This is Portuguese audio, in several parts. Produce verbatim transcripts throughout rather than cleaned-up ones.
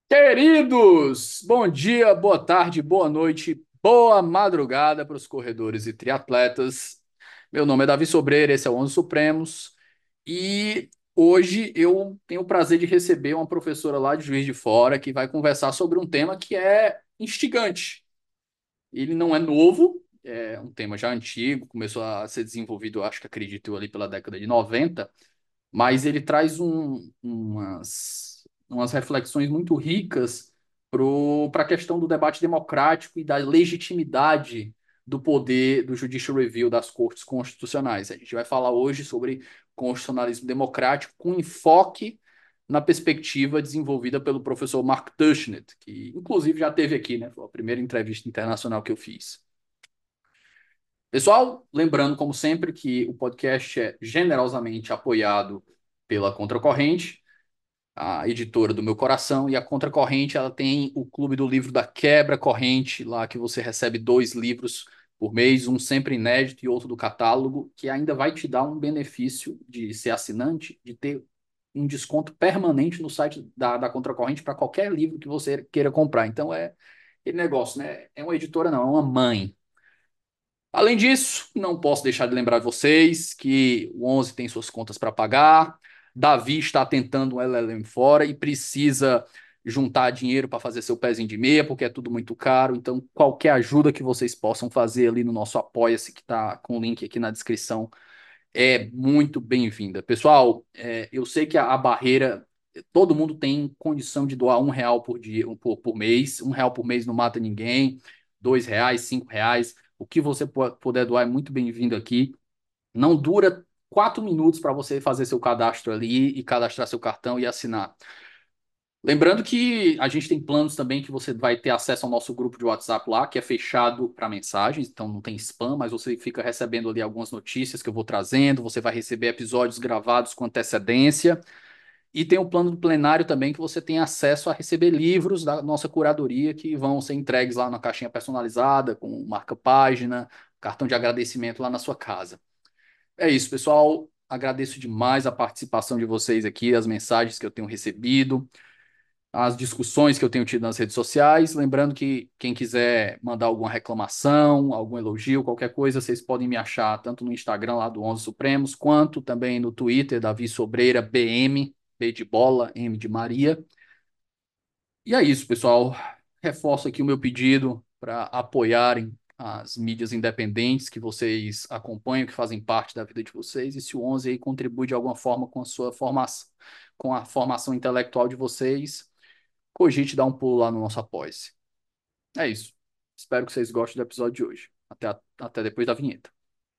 Queridos, bom dia, boa tarde, boa noite, boa madrugada para os corredores e triatletas. Meu nome é Davi Sobreira, esse é o Onze Supremos e hoje eu tenho o prazer de receber uma professora lá de Juiz de Fora que vai conversar sobre um tema que é instigante. Ele não é novo, é um tema já antigo, começou a ser desenvolvido, acho que acredito eu, ali pela década de noventa, mas ele traz um- umas, umas reflexões muito ricas para a questão do debate democrático e da legitimidade do poder do Judicial Review das cortes constitucionais. A gente vai falar hoje sobre constitucionalismo democrático com enfoque na perspectiva desenvolvida pelo professor Mark Tushnet, que inclusive já teve aqui, né? Foi a primeira entrevista internacional que eu fiz. Pessoal, lembrando, como sempre, que o podcast é generosamente apoiado pela Contracorrente, a editora do meu coração, e a Contracorrente ela tem o Clube do Livro da Quebra Corrente, lá que você recebe dois livros por mês, um sempre inédito e outro do catálogo, que ainda vai te dar um benefício de ser assinante, de ter um desconto permanente no site da, da Contracorrente para qualquer livro que você queira comprar. Então é aquele negócio, né? É uma editora, não, é uma mãe. Além disso, não posso deixar de lembrar vocês que o Onze tem suas contas para pagar. Davi está tentando um L L M fora e precisa juntar dinheiro para fazer seu pezinho de meia, porque é tudo muito caro. Então, qualquer ajuda que vocês possam fazer ali no nosso Apoia-se, que está com o link aqui na descrição, é muito bem-vinda. Pessoal, é, eu sei que a, a barreira, todo mundo tem condição de doar um real por dia, um, por, por mês. Um real por mês não mata ninguém. Dois reais, cinco reais. O que você pu- puder doar é muito bem-vindo aqui. Não dura quatro minutos para você fazer seu cadastro ali e cadastrar seu cartão e assinar. Lembrando que a gente tem planos também que você vai ter acesso ao nosso grupo de WhatsApp lá, que é fechado para mensagens, então não tem spam, mas você fica recebendo ali algumas notícias que eu vou trazendo, você vai receber episódios gravados com antecedência, e tem o plano do plenário também, que você tem acesso a receber livros da nossa curadoria que vão ser entregues lá na caixinha personalizada, com marca-página, cartão de agradecimento lá na sua casa. É isso, pessoal. Agradeço demais a participação de vocês aqui, as mensagens que eu tenho recebido, as discussões que eu tenho tido nas redes sociais. Lembrando que quem quiser mandar alguma reclamação, algum elogio, qualquer coisa, vocês podem me achar tanto no Instagram lá do Onze Supremos, quanto também no Twitter, Davi Sobreira, B M, B de bola, M de Maria. E é isso, pessoal. Reforço aqui o meu pedido para apoiarem as mídias independentes que vocês acompanham, que fazem parte da vida de vocês, e se o Onze aí contribui de alguma forma com a sua formação, com a formação intelectual de vocês, cogite dar um pulo lá no nosso Apoia-se. É isso. Espero que vocês gostem do episódio de hoje. Até, a- até depois da vinheta.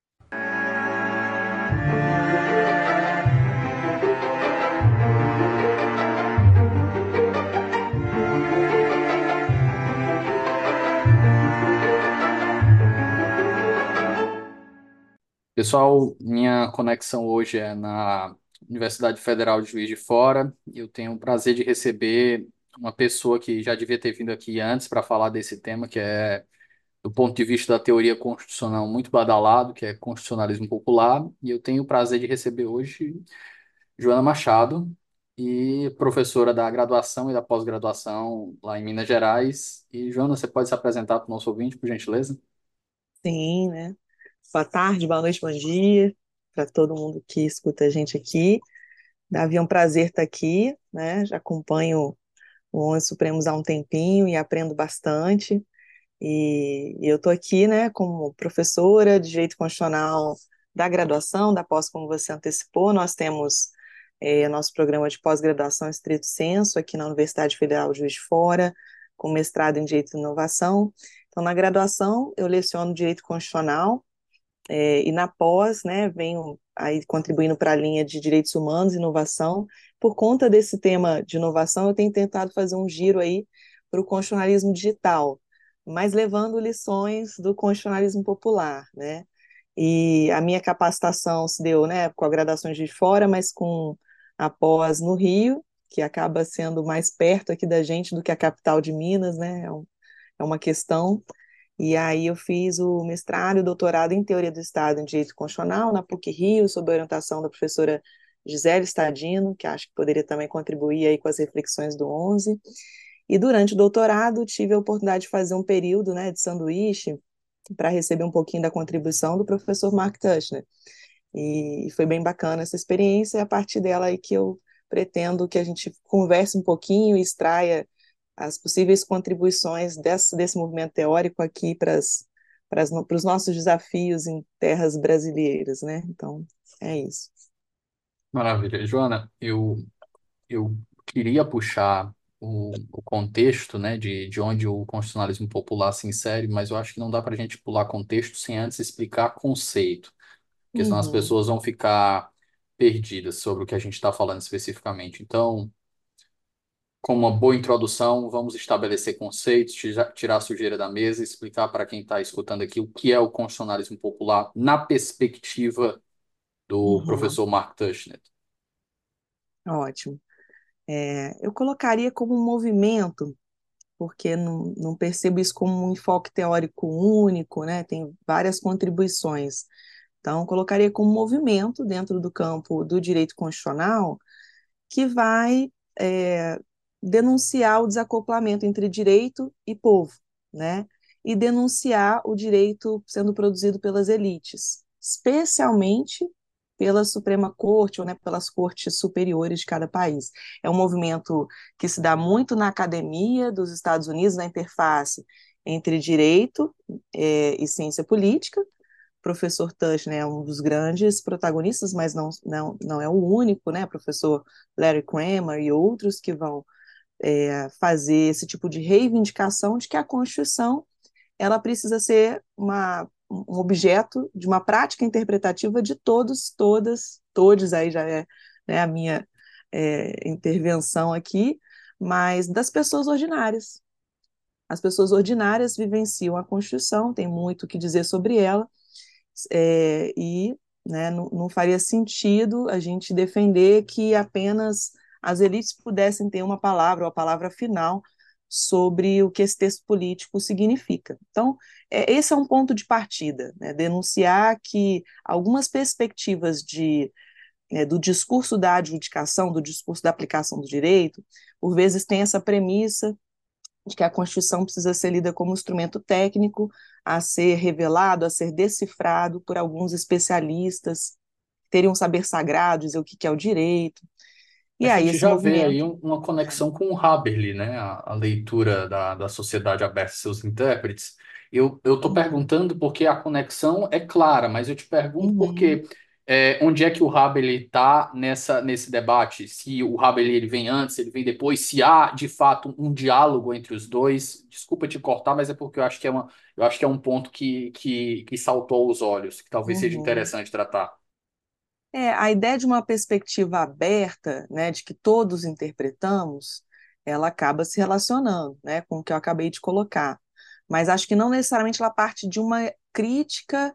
Pessoal, minha conexão hoje é na Universidade Federal de Juiz de Fora. Eu tenho o prazer de receber uma pessoa que já devia ter vindo aqui antes para falar desse tema, que é, do ponto de vista da teoria constitucional, muito badalado, que é constitucionalismo popular. E eu tenho o prazer de receber hoje Joana Machado, e professora da graduação e da pós-graduação lá em Minas Gerais. E, Joana, você pode se apresentar para o nosso ouvinte, por gentileza? Sim, né? Boa tarde, boa noite, bom dia para todo mundo que escuta a gente aqui. Davi, é um prazer estar aqui, né? Já acompanho o Onze Supremos há um tempinho e aprendo bastante. E, e eu estou aqui, né, como professora de Direito Constitucional da graduação, da pós, como você antecipou. Nós temos eh, nosso programa de pós-graduação em estrito sensu aqui na Universidade Federal de Juiz de Fora, com mestrado em Direito e Inovação. Então, na graduação, eu leciono Direito Constitucional, é, e na pós, né, venho aí contribuindo para a linha de direitos humanos e inovação. Por conta desse tema de inovação, eu tenho tentado fazer um giro aí para o constitucionalismo digital, mas levando lições do constitucionalismo popular, né? E a minha capacitação se deu, né, com a graduação de fora, mas com a pós no Rio, que acaba sendo mais perto aqui da gente do que a capital de Minas, né? É um- é uma questão. E aí eu fiz o mestrado e o doutorado em Teoria do Estado em Direito Constitucional na PUC-Rio, sob a orientação da professora Gisele Stadino, que acho que poderia também contribuir aí com as reflexões do Onze. E durante o doutorado tive a oportunidade de fazer um período, né, de sanduíche para receber um pouquinho da contribuição do professor Mark Tushner. E foi bem bacana essa experiência, e a partir dela aí que eu pretendo que a gente converse um pouquinho e extraia as possíveis contribuições desse, desse movimento teórico aqui para as para os nossos desafios em terras brasileiras, né? Então, é isso. Maravilha. Joana, eu, eu queria puxar o, o contexto, né, de, de onde o constitucionalismo popular se insere, mas eu acho que não dá para a gente pular contexto sem antes explicar conceito, porque senão as Uhum, pessoas vão ficar perdidas sobre o que a gente está falando especificamente. Então, como uma boa introdução, vamos estabelecer conceitos, tira- tirar a sujeira da mesa e explicar para quem está escutando aqui o que é o constitucionalismo popular na perspectiva do uhum, professor Mark Tushnet. ótimo. É, eu colocaria como um movimento, porque não, não percebo isso como um enfoque teórico único, né? Tem várias contribuições. Então, colocaria como movimento dentro do campo do direito constitucional que vai é, denunciar o desacoplamento entre direito e povo, né? E denunciar o direito sendo produzido pelas elites, especialmente pela Suprema Corte ou, né, pelas cortes superiores de cada país. É um movimento que se dá muito na academia dos Estados Unidos, na interface entre direito é, e ciência política. O professor Tush, né, é um dos grandes protagonistas, mas não, não, não é o único, né? Professor Larry Kramer e outros que vão é, fazer esse tipo de reivindicação de que a Constituição ela precisa ser uma, um objeto de uma prática interpretativa de todos, todas, todos, aí já é, né, a minha é, intervenção aqui, mas das pessoas ordinárias. As pessoas ordinárias vivenciam a Constituição, tem muito o que dizer sobre ela, é, e né, não, não faria sentido a gente defender que apenas as elites pudessem ter uma palavra, ou a palavra final, sobre o que esse texto político significa. Então, é, esse é um ponto de partida, né, denunciar que algumas perspectivas de, é, do discurso da adjudicação, do discurso da aplicação do direito, por vezes tem essa premissa de que a Constituição precisa ser lida como um instrumento técnico a ser revelado, a ser decifrado por alguns especialistas, que teriam um saber sagrado, dizer o que é o direito. A E aí gente esse já vê aí movimento... um- uma conexão com o Haberli, né? A, a leitura da, da Sociedade Aberta e seus intérpretes. Eu eu estou Uhum, perguntando porque a conexão é clara, mas eu te pergunto uhum, porque é, onde é que o Haberli está nessa nesse debate? Se o Haberli ele vem antes, ele vem depois, se há de fato um diálogo entre os dois. Desculpa te cortar, mas é porque eu acho que é uma, eu acho que é um ponto que, que, que saltou aos olhos, que talvez seja uhum. interessante tratar. É, a ideia de uma perspectiva aberta, né, de que todos interpretamos, ela acaba se relacionando, né, com o que eu acabei de colocar. Mas acho que não necessariamente ela parte de uma crítica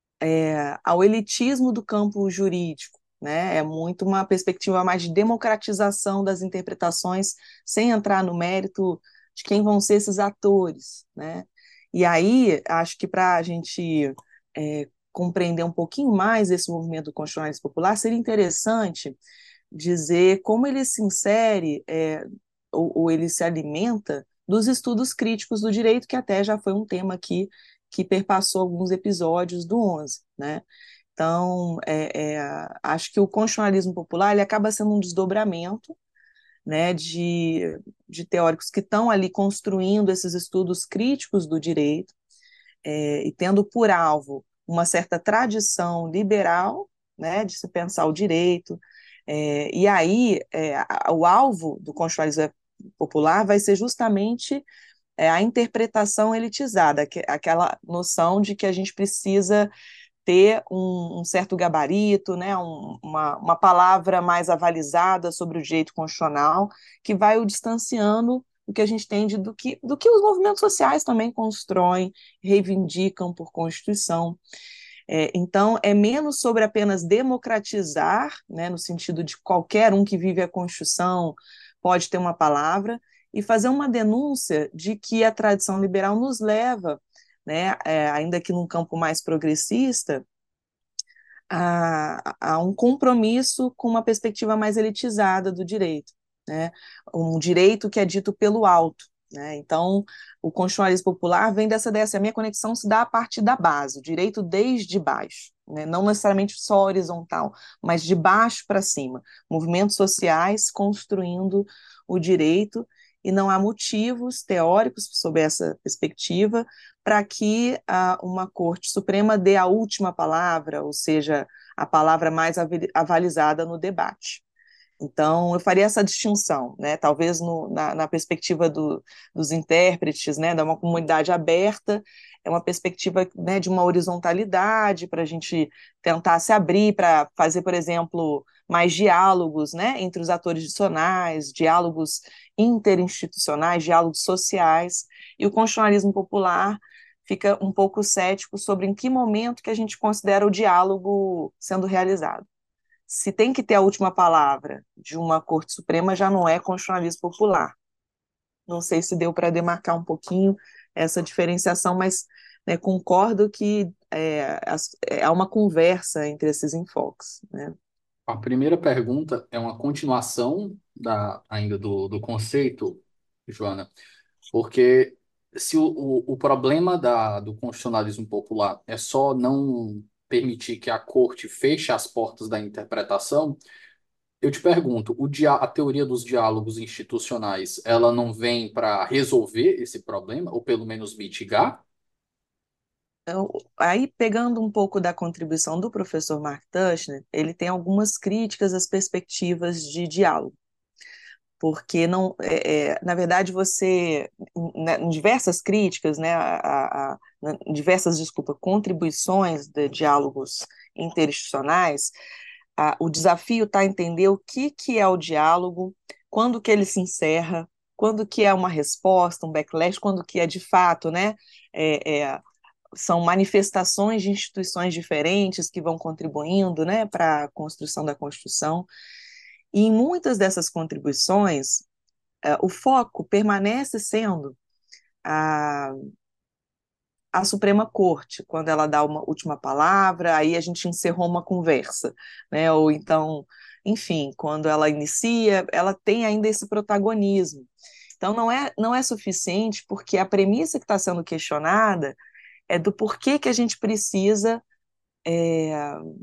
é, ao elitismo do campo jurídico, né? É muito uma perspectiva mais de democratização das interpretações, sem entrar no mérito de quem vão ser esses atores, né? E aí, acho que para a gente é, compreender um pouquinho mais esse movimento do constitucionalismo popular, seria interessante dizer como ele se insere é, ou, ou ele se alimenta dos estudos críticos do direito, que até já foi um tema aqui que perpassou alguns episódios do onze, né? Então, é, é, acho que o constitucionalismo popular ele acaba sendo um desdobramento, né, de, de teóricos que estão ali construindo esses estudos críticos do direito é, e tendo por alvo uma certa tradição liberal, né, de se pensar o direito. É, e aí, é, a, o alvo do constitucionalismo popular vai ser justamente é, a interpretação elitizada, que, aquela noção de que a gente precisa ter um, um certo gabarito, né, um, uma, uma palavra mais avalizada sobre o direito constitucional, que vai o distanciando do que a gente tem de, do, que, do que os movimentos sociais também constroem, reivindicam por Constituição. É, então, é menos sobre apenas democratizar, né, no sentido de qualquer um que vive a Constituição pode ter uma palavra, e fazer uma denúncia de que a tradição liberal nos leva, né, é, ainda que num campo mais progressista, a, a um compromisso com uma perspectiva mais elitizada do direito. né? Um direito que é dito pelo alto, né? Então, o constitucionalismo popular vem dessa ideia, assim, a minha conexão se dá a partir da base, o direito desde baixo, né? Não necessariamente só horizontal, mas de baixo para cima, movimentos sociais construindo o direito, e não há motivos teóricos sob essa perspectiva para que ah, uma Corte Suprema dê a última palavra, ou seja, a palavra mais avalizada no debate. Então, eu faria essa distinção, né? Talvez no, na, na perspectiva do, dos intérpretes, né? De uma comunidade aberta, é uma perspectiva, né, de uma horizontalidade para a gente tentar se abrir para fazer, por exemplo, mais diálogos, né, entre os atores adicionais, diálogos interinstitucionais, diálogos sociais, e o constitucionalismo popular fica um pouco cético sobre em que momento que a gente considera o diálogo sendo realizado. Se tem que ter a última palavra de uma Corte Suprema, já não é constitucionalismo popular. Não sei se deu para demarcar um pouquinho essa diferenciação, mas, né, concordo que é, é uma conversa entre esses enfoques, né? A primeira pergunta é uma continuação da, ainda do, do conceito, Joana, porque se o, o, o problema da, do constitucionalismo popular é só não permitir que a corte feche as portas da interpretação, eu te pergunto, o dia, a teoria dos diálogos institucionais, ela não vem para resolver esse problema, ou pelo menos mitigar? Então, aí, pegando um pouco da contribuição do professor Mark Tushner, ele tem algumas críticas às perspectivas de diálogo, porque não, é, é, na verdade, você, né, em diversas críticas, né, a, a, a, em diversas, desculpa, contribuições de diálogos interinstitucionais, a, o desafio está a entender o que, que é o diálogo, quando que ele se encerra, quando que é uma resposta, um backlash, quando que é de fato, né, é, é, são manifestações de instituições diferentes que vão contribuindo, né, para a construção da Constituição. E em muitas dessas contribuições, uh, o foco permanece sendo a, a Suprema Corte, quando ela dá uma última palavra, aí a gente encerrou uma conversa, né? Ou então, enfim, quando ela inicia, ela tem ainda esse protagonismo. Então, não é, não é suficiente, porque a premissa que está sendo questionada é do porquê que a gente precisa é,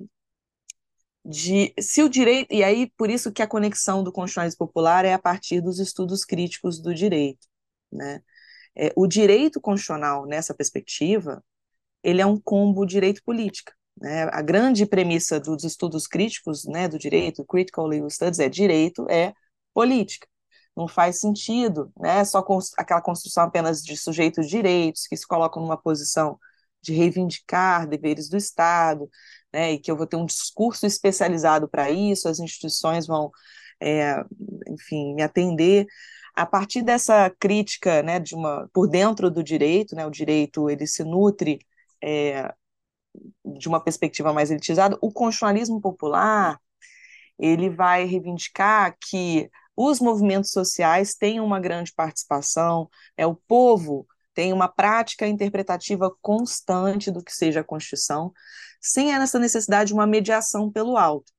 de se o direito, e aí por isso que a conexão do constitucionalismo popular é a partir dos estudos críticos do direito, né? É, o direito constitucional, nessa perspectiva, ele é um combo direito-política, né? A grande premissa dos estudos críticos, né, do direito, critical legal studies, é direito é política. Não faz sentido, né, só aquela construção apenas de sujeitos de direitos que se colocam numa posição de reivindicar deveres do Estado, né, e que eu vou ter um discurso especializado para isso, as instituições vão, é, enfim, me atender. A partir dessa crítica, né, de uma, por dentro do direito, né, o direito ele se nutre é, de uma perspectiva mais elitizada, o constitucionalismo popular ele vai reivindicar que os movimentos sociais têm uma grande participação, é o povo tem uma prática interpretativa constante do que seja a Constituição, sem essa necessidade de uma mediação pelo alto.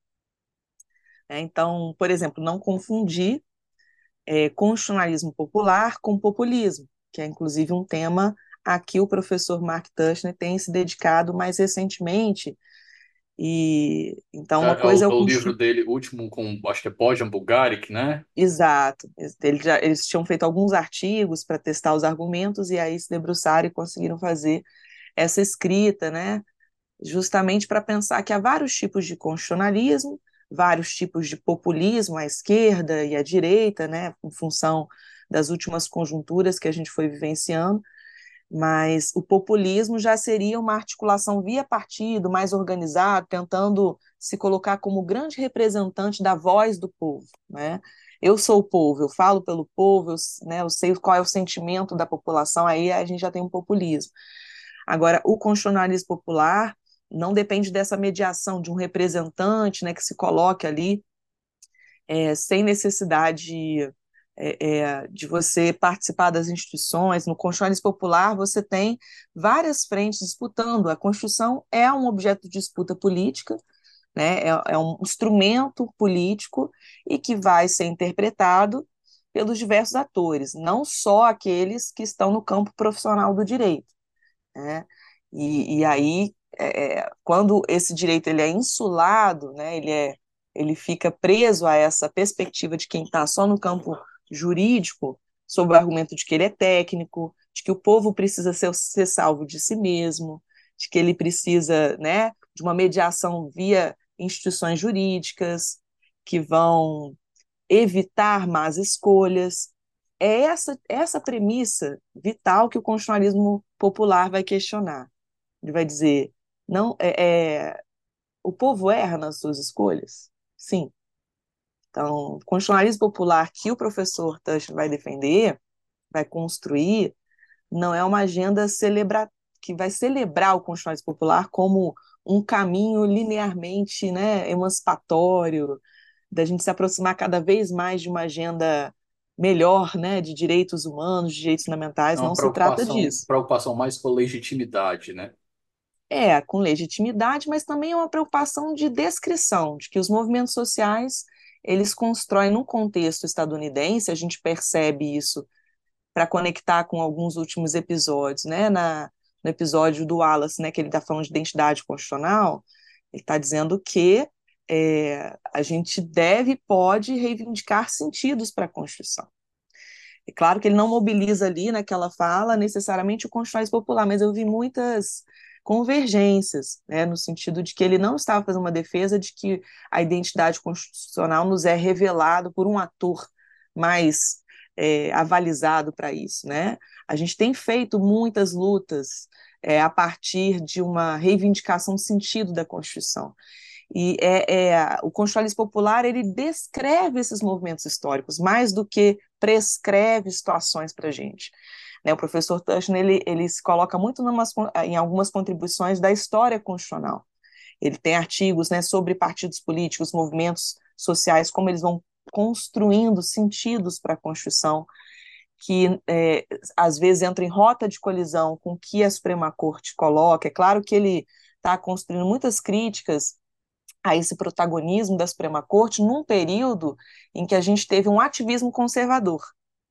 É, então, por exemplo, não confundir é, constitucionalismo popular com populismo, que é inclusive um tema a que o professor Mark Tushner tem se dedicado mais recentemente. E então uma É, é o, coisa é é o o livro constitu... dele, último, com, acho que é Bojan Bulgaric, né? Exato. Eles, já, eles tinham feito alguns artigos para testar os argumentos e aí se debruçaram e conseguiram fazer essa escrita, né? Justamente para pensar que há vários tipos de constitucionalismo, vários tipos de populismo à esquerda e à direita, né? Em função das últimas conjunturas que a gente foi vivenciando, mas o populismo já seria uma articulação via partido, mais organizado, tentando se colocar como grande representante da voz do povo, né? Eu sou o povo, eu falo pelo povo, eu, né, eu sei qual é o sentimento da população, aí a gente já tem um populismo. Agora, o constitucionalismo popular não depende dessa mediação de um representante, né, que se coloque ali é, sem necessidade é, é, de você participar das instituições. No constitucionalismo popular, você tem várias frentes disputando. A Constituição é um objeto de disputa política, né? É, é um instrumento político e que vai ser interpretado pelos diversos atores, não só aqueles que estão no campo profissional do direito, né? E, e aí, é, é, quando esse direito ele é insulado, né, ele, é, ele fica preso a essa perspectiva de quem está só no campo jurídico, sob o argumento de que ele é técnico, de que o povo precisa ser, ser salvo de si mesmo, de que ele precisa, né, de uma mediação via instituições jurídicas que vão evitar más escolhas. É essa, essa premissa vital que o constitucionalismo popular vai questionar. Ele vai dizer, não, é, é, o povo erra nas suas escolhas? Sim. Então, o constitucionalismo popular que o professor Tush vai defender, vai construir, não é uma agenda celebra que vai celebrar o constitucionalismo popular como um caminho linearmente, né, emancipatório, da gente se aproximar cada vez mais de uma agenda melhor, né, de direitos humanos, de direitos É fundamentais, uma não se trata preocupação, disso. preocupação mais com a legitimidade, né? É, com legitimidade, mas também é uma preocupação de descrição, de que os movimentos sociais, eles constroem no contexto estadunidense, a gente percebe isso para conectar com alguns últimos episódios, né, na, no episódio do Wallace, né, que ele está falando de identidade constitucional, ele está dizendo que é, a gente deve e pode reivindicar sentidos para a Constituição. É claro que ele não mobiliza ali naquela fala necessariamente o constitucionalismo popular, mas eu vi muitas convergências, né, no sentido de que ele não estava fazendo uma defesa de que a identidade constitucional nos é revelado por um ator mais é, avalizado para isso, né? A gente tem feito muitas lutas é, a partir de uma reivindicação de sentido da Constituição. E é, é, o constitucionalismo popular ele descreve esses movimentos históricos mais do que prescreve situações para a gente. Né, o professor Tushman ele, ele se coloca muito numas, em algumas contribuições da história constitucional. Ele tem artigos, né, sobre partidos políticos, movimentos sociais, como eles vão construindo sentidos para a Constituição, que é, às vezes entra em rota de colisão com o que a Suprema Corte coloca. É claro que ele está construindo muitas críticas a esse protagonismo da Suprema Corte num período em que a gente teve um ativismo conservador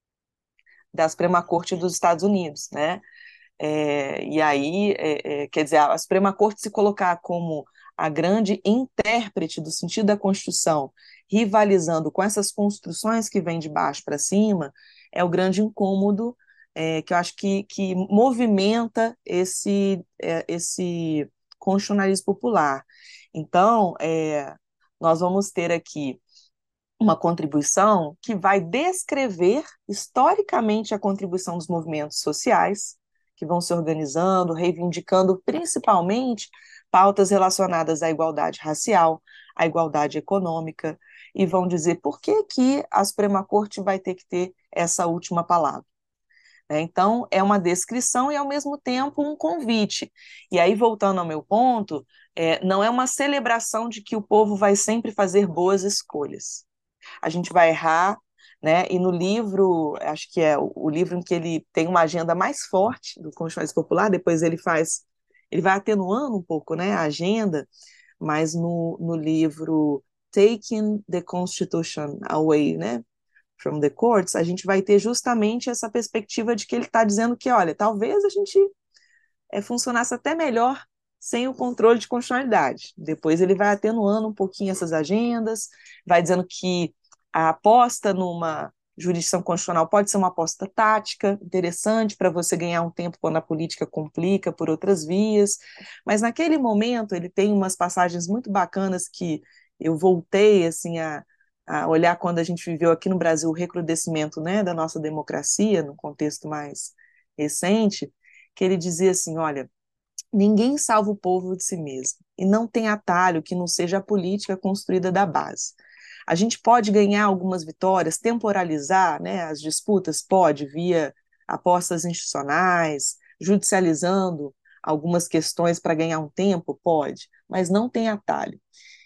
da Suprema Corte dos Estados Unidos, né? É, e aí, é, é, quer dizer, a Suprema Corte se colocar como a grande intérprete do sentido da Constituição, rivalizando com essas construções que vêm de baixo para cima, é o grande incômodo é, que eu acho que, que movimenta esse, é, esse constitucionalismo popular. Então, é, nós vamos ter aqui uma contribuição que vai descrever historicamente a contribuição dos movimentos sociais, que vão se organizando, reivindicando principalmente pautas relacionadas à igualdade racial, à igualdade econômica, e vão dizer por que, que a Suprema Corte vai ter que ter essa última palavra. Então, é uma descrição e, ao mesmo tempo, um convite. E aí, voltando ao meu ponto, é, não é uma celebração de que o povo vai sempre fazer boas escolhas. A gente vai errar, né? E no livro, acho que é o, o livro em que ele tem uma agenda mais forte do Constitucionalismo Popular, depois ele faz, ele vai atenuando um pouco, né, a agenda, mas no, no livro Taking the Constitution Away, né, from the Courts, a gente vai ter justamente essa perspectiva de que ele está dizendo que, olha, talvez a gente é, funcionasse até melhor sem o controle de constitucionalidade. Depois ele vai atenuando um pouquinho essas agendas, vai dizendo que a aposta numa jurisdição constitucional pode ser uma aposta tática, interessante para você ganhar um tempo quando a política complica por outras vias, mas naquele momento ele tem umas passagens muito bacanas que eu voltei assim a, a olhar quando a gente viveu aqui no Brasil o recrudescimento, né, da nossa democracia, no contexto mais recente, que ele dizia assim, olha, ninguém salva o povo de si mesmo, e não tem atalho que não seja a política construída da base. A gente pode ganhar algumas vitórias, temporalizar, né, as disputas, pode, via apostas institucionais, judicializando algumas questões para ganhar um tempo, pode, mas não tem atalho.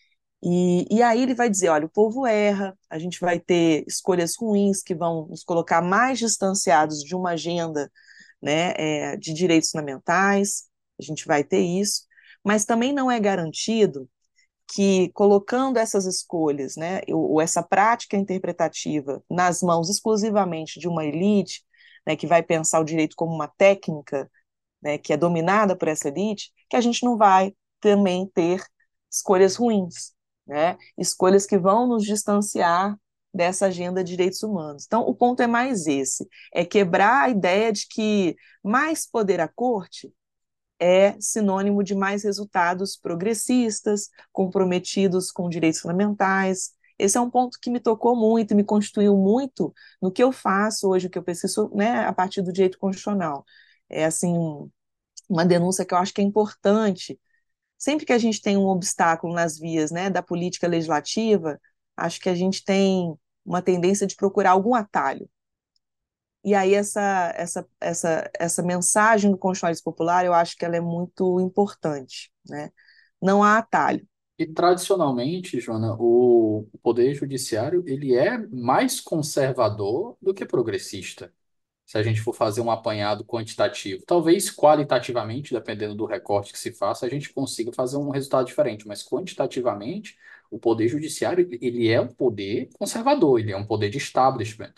E, e aí ele vai dizer, olha, o povo erra, a gente vai ter escolhas ruins que vão nos colocar mais distanciados de uma agenda, né, é, de direitos fundamentais, a gente vai ter isso, mas também não é garantido que colocando essas escolhas, né, ou, ou essa prática interpretativa nas mãos exclusivamente de uma elite, né, que vai pensar o direito como uma técnica, né, que é dominada por essa elite, que a gente não vai também ter escolhas ruins, né, escolhas que vão nos distanciar dessa agenda de direitos humanos. Então, o ponto é mais esse, é quebrar a ideia de que mais poder à corte é sinônimo de mais resultados progressistas, comprometidos com direitos fundamentais. Esse é um ponto que me tocou muito, me constituiu muito no que eu faço hoje, o que eu pesquiso, né, a partir do direito constitucional. É assim, uma denúncia que eu acho que é importante. Sempre que a gente tem um obstáculo nas vias, né, da política legislativa, acho que a gente tem uma tendência de procurar algum atalho. E aí essa, essa, essa, essa mensagem do constitucionalismo popular, eu acho que ela é muito importante, né? Não há atalho. E tradicionalmente, Joana, o o poder judiciário ele é mais conservador do que progressista. Se a gente for fazer um apanhado quantitativo, talvez qualitativamente, dependendo do recorte que se faça, a gente consiga fazer um resultado diferente, mas quantitativamente, o poder judiciário ele é um poder conservador, ele é um poder de establishment.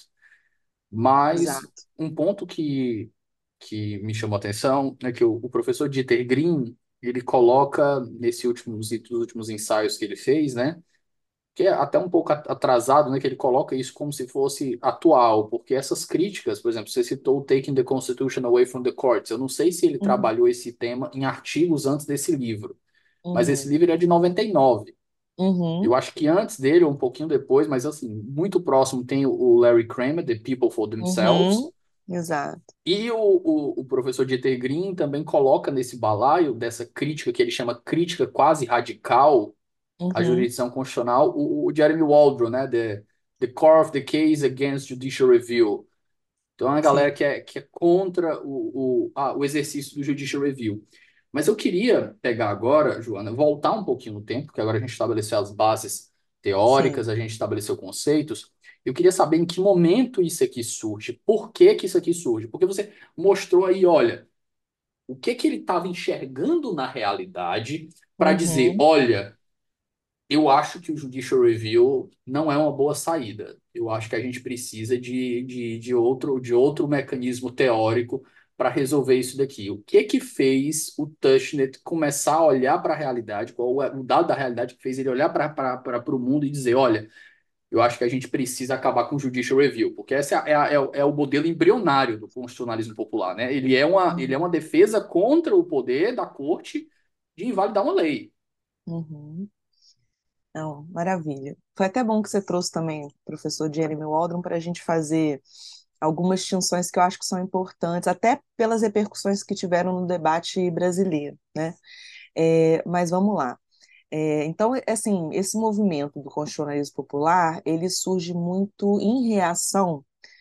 Mas Exato. um ponto que, que me chamou a atenção é que o, o professor Dieter Green, ele coloca nesse últimos, nos últimos ensaios que ele fez, né? Que é até um pouco atrasado, né? Que ele coloca isso como se fosse atual, porque essas críticas, por exemplo, você citou o Taking the Constitution Away from the Courts. Eu não sei se ele Uhum, trabalhou esse tema em artigos antes desse livro, mas esse uhum, livro é de noventa e nove. uhum, Eu acho que antes dele, ou um pouquinho depois, mas assim, muito próximo, tem o Larry Kramer, The People for Themselves. uhum, exato. E o, o, o professor Dieter Green também coloca nesse balaio dessa crítica que ele chama crítica quase radical à Uhum, jurisdição constitucional, o, o Jeremy Waldron, né? The, the Core of the Case Against Judicial Review. Então é uma galera sim, que é, que é contra o, o, ah, o exercício do Judicial Review. Mas eu queria pegar agora, Joana, voltar um pouquinho no tempo, porque agora a gente estabeleceu as bases sim. teóricas, a gente estabeleceu conceitos. Eu queria saber em que momento isso aqui surge, por que que isso aqui surge. Porque você mostrou aí, olha, o que que ele estava enxergando na realidade para dizer, Uhum, olha, eu acho que o Judicial Review não é uma boa saída. Eu acho que a gente precisa de, de, de outro, de outro mecanismo teórico para resolver isso daqui. O que que fez o Tushnet começar a olhar para a realidade? Qual é o dado da realidade que fez ele olhar para o mundo e dizer: olha, eu acho que a gente precisa acabar com o Judicial Review, porque esse é, a- é, a- é o modelo embrionário do constitucionalismo popular, né? Ele é uma, ele é uhum, uma defesa contra o poder da corte de invalidar uma lei. uhum. Não, maravilha. Foi até bom que você trouxe também o professor Jeremy Waldron para a gente fazer algumas distinções que eu acho que são importantes, até pelas repercussões que tiveram no debate brasileiro, né? É, mas vamos lá. É, então, assim, esse movimento do constitucionalismo popular, ele surge muito em reação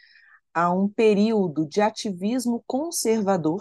a um período de ativismo conservador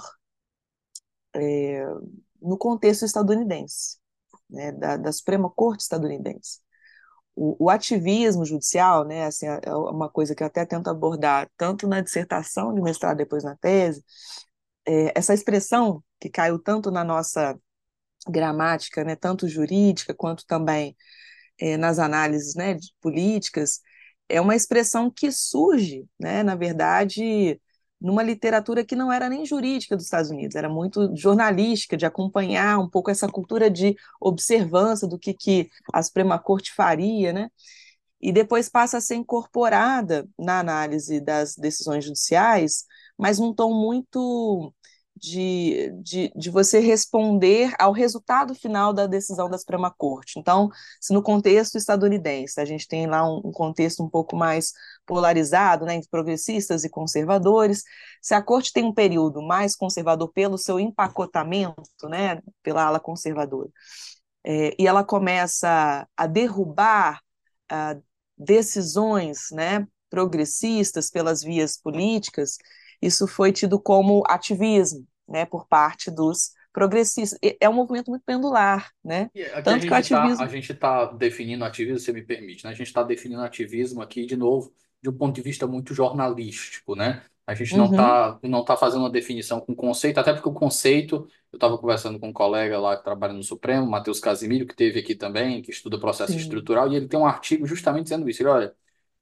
no contexto estadunidense, né, da, da Suprema Corte estadunidense. O, o ativismo judicial, né, assim, é é uma coisa que eu até tento abordar tanto na dissertação de mestrado, depois na tese, é, essa expressão que caiu tanto na nossa gramática, né, tanto jurídica quanto também é, nas análises, né, políticas, é uma expressão que surge, né, na verdade, numa literatura que não era nem jurídica dos Estados Unidos, era muito jornalística, de acompanhar um pouco essa cultura de observância do que, que a Suprema Corte faria, né? E depois passa a ser incorporada na análise das decisões judiciais, mas num tom muito de, de, de você responder ao resultado final da decisão da Suprema Corte. Então, se no contexto estadunidense a gente tem lá um, um contexto um pouco mais polarizado, né, entre progressistas e conservadores, se a Corte tem um período mais conservador pelo seu empacotamento, né, pela ala conservadora, é, e ela começa a derrubar a decisões, né, progressistas pelas vias políticas, isso foi tido como ativismo, né, por parte dos progressistas. É um movimento muito pendular, né? E aqui a Tanto que o gente está a ativismo. gente tá definindo ativismo, se me permite, né? A gente está definindo ativismo aqui, de novo, de um ponto de vista muito jornalístico, né? A gente não Uhum, está não tá fazendo uma definição com conceito, até porque o conceito, eu estava conversando com um colega lá que trabalha no Supremo, Matheus Casimiro, que teve aqui também, que estuda processo sim. estrutural, e ele tem um artigo justamente dizendo isso. Ele, olha,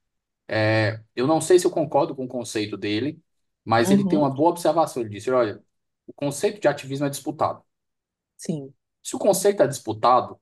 é, eu não sei se eu concordo com o conceito dele, mas ele tem Uhum, uma boa observação. Ele disse, olha, o conceito de ativismo é disputado. sim. Se o conceito é disputado,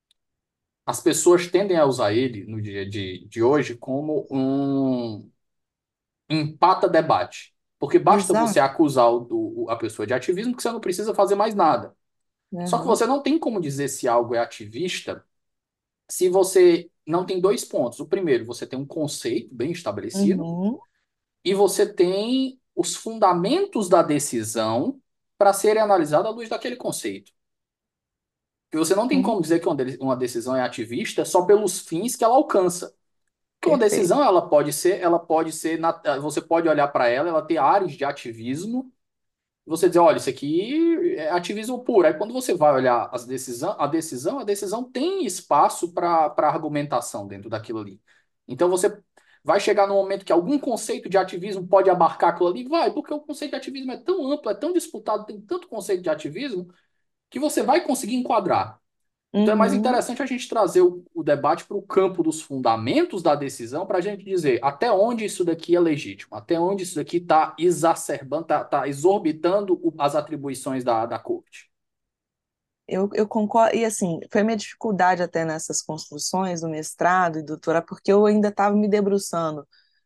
as pessoas tendem a usar ele no dia de, de hoje como um empata-debate. Porque basta você Exato. acusar o, o- a pessoa de ativismo que você não precisa fazer mais nada. Só que Uhum, você não tem como dizer se algo é ativista se você não tem dois pontos. O primeiro, você tem um conceito bem estabelecido uhum, e você tem os fundamentos da decisão para serem analisados à luz daquele conceito. Porque você não tem uhum. como dizer que uma de- uma decisão é ativista só pelos fins que ela alcança. Porque uma Perfeito. decisão, ela pode ser, ela pode ser, na- você pode olhar para ela, ela ter áreas de ativismo. Você dizer, olha, isso aqui é ativismo puro. Aí quando você vai olhar as decisão, a decisão, a decisão tem espaço para para argumentação dentro daquilo ali. Então você vai chegar no momento que algum conceito de ativismo pode abarcar aquilo ali, vai, porque o conceito de ativismo é tão amplo, é tão disputado, tem tanto conceito de ativismo que você vai conseguir enquadrar. Então é mais Uhum. interessante a gente trazer o, o debate para o campo dos fundamentos da decisão, para a gente dizer até onde isso daqui é legítimo, até onde isso daqui está exacerbando, está exorbitando o- as atribuições da, da corte. Eu, eu concordo, e assim, foi a minha dificuldade até nessas construções do mestrado e doutorado, porque eu ainda estava me debruçando,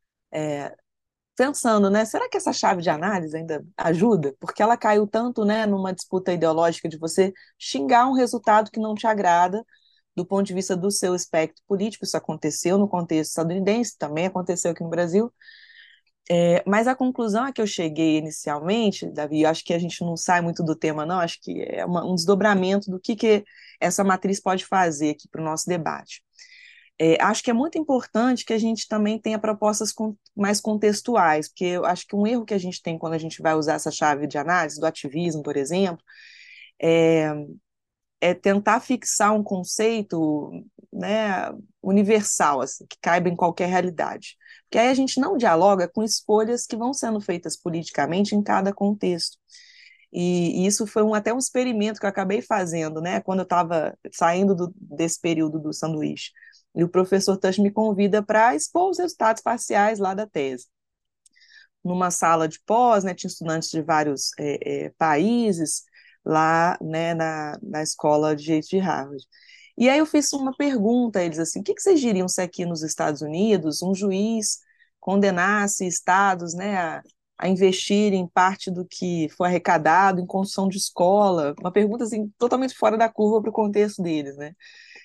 pensando, né, será que essa chave de análise ainda ajuda? Porque ela caiu tanto, né, numa disputa ideológica de você xingar um resultado que não te agrada do ponto de vista do seu espectro político. Isso aconteceu no contexto estadunidense, também aconteceu aqui no Brasil. É, mas a conclusão a que eu cheguei inicialmente, Davi, eu acho que a gente não sai muito do tema, não, acho que é uma, um desdobramento do que, que essa matriz pode fazer aqui para o nosso debate. É, acho que é muito importante que a gente também tenha propostas com, mais contextuais, porque eu acho que um erro que a gente tem quando a gente vai usar essa chave de análise, do ativismo, por exemplo, é, é tentar fixar um conceito, né, universal, assim, que caiba em qualquer realidade. Porque aí a gente não dialoga com escolhas que vão sendo feitas politicamente em cada contexto. E, e isso foi um, até um experimento que eu acabei fazendo, né, quando eu estava saindo do, desse período do sanduíche. E o professor Tush me convida para expor os resultados parciais lá da tese. Numa sala de pós, né, tinha estudantes de vários é, é, países lá, né, na, na escola de direito de Harvard. E aí eu fiz uma pergunta a eles assim, o que, que vocês diriam se aqui nos Estados Unidos um juiz condenasse estados, né, a, a investirem parte do que foi arrecadado em construção de escola? Uma pergunta assim, totalmente fora da curva para o contexto deles, né?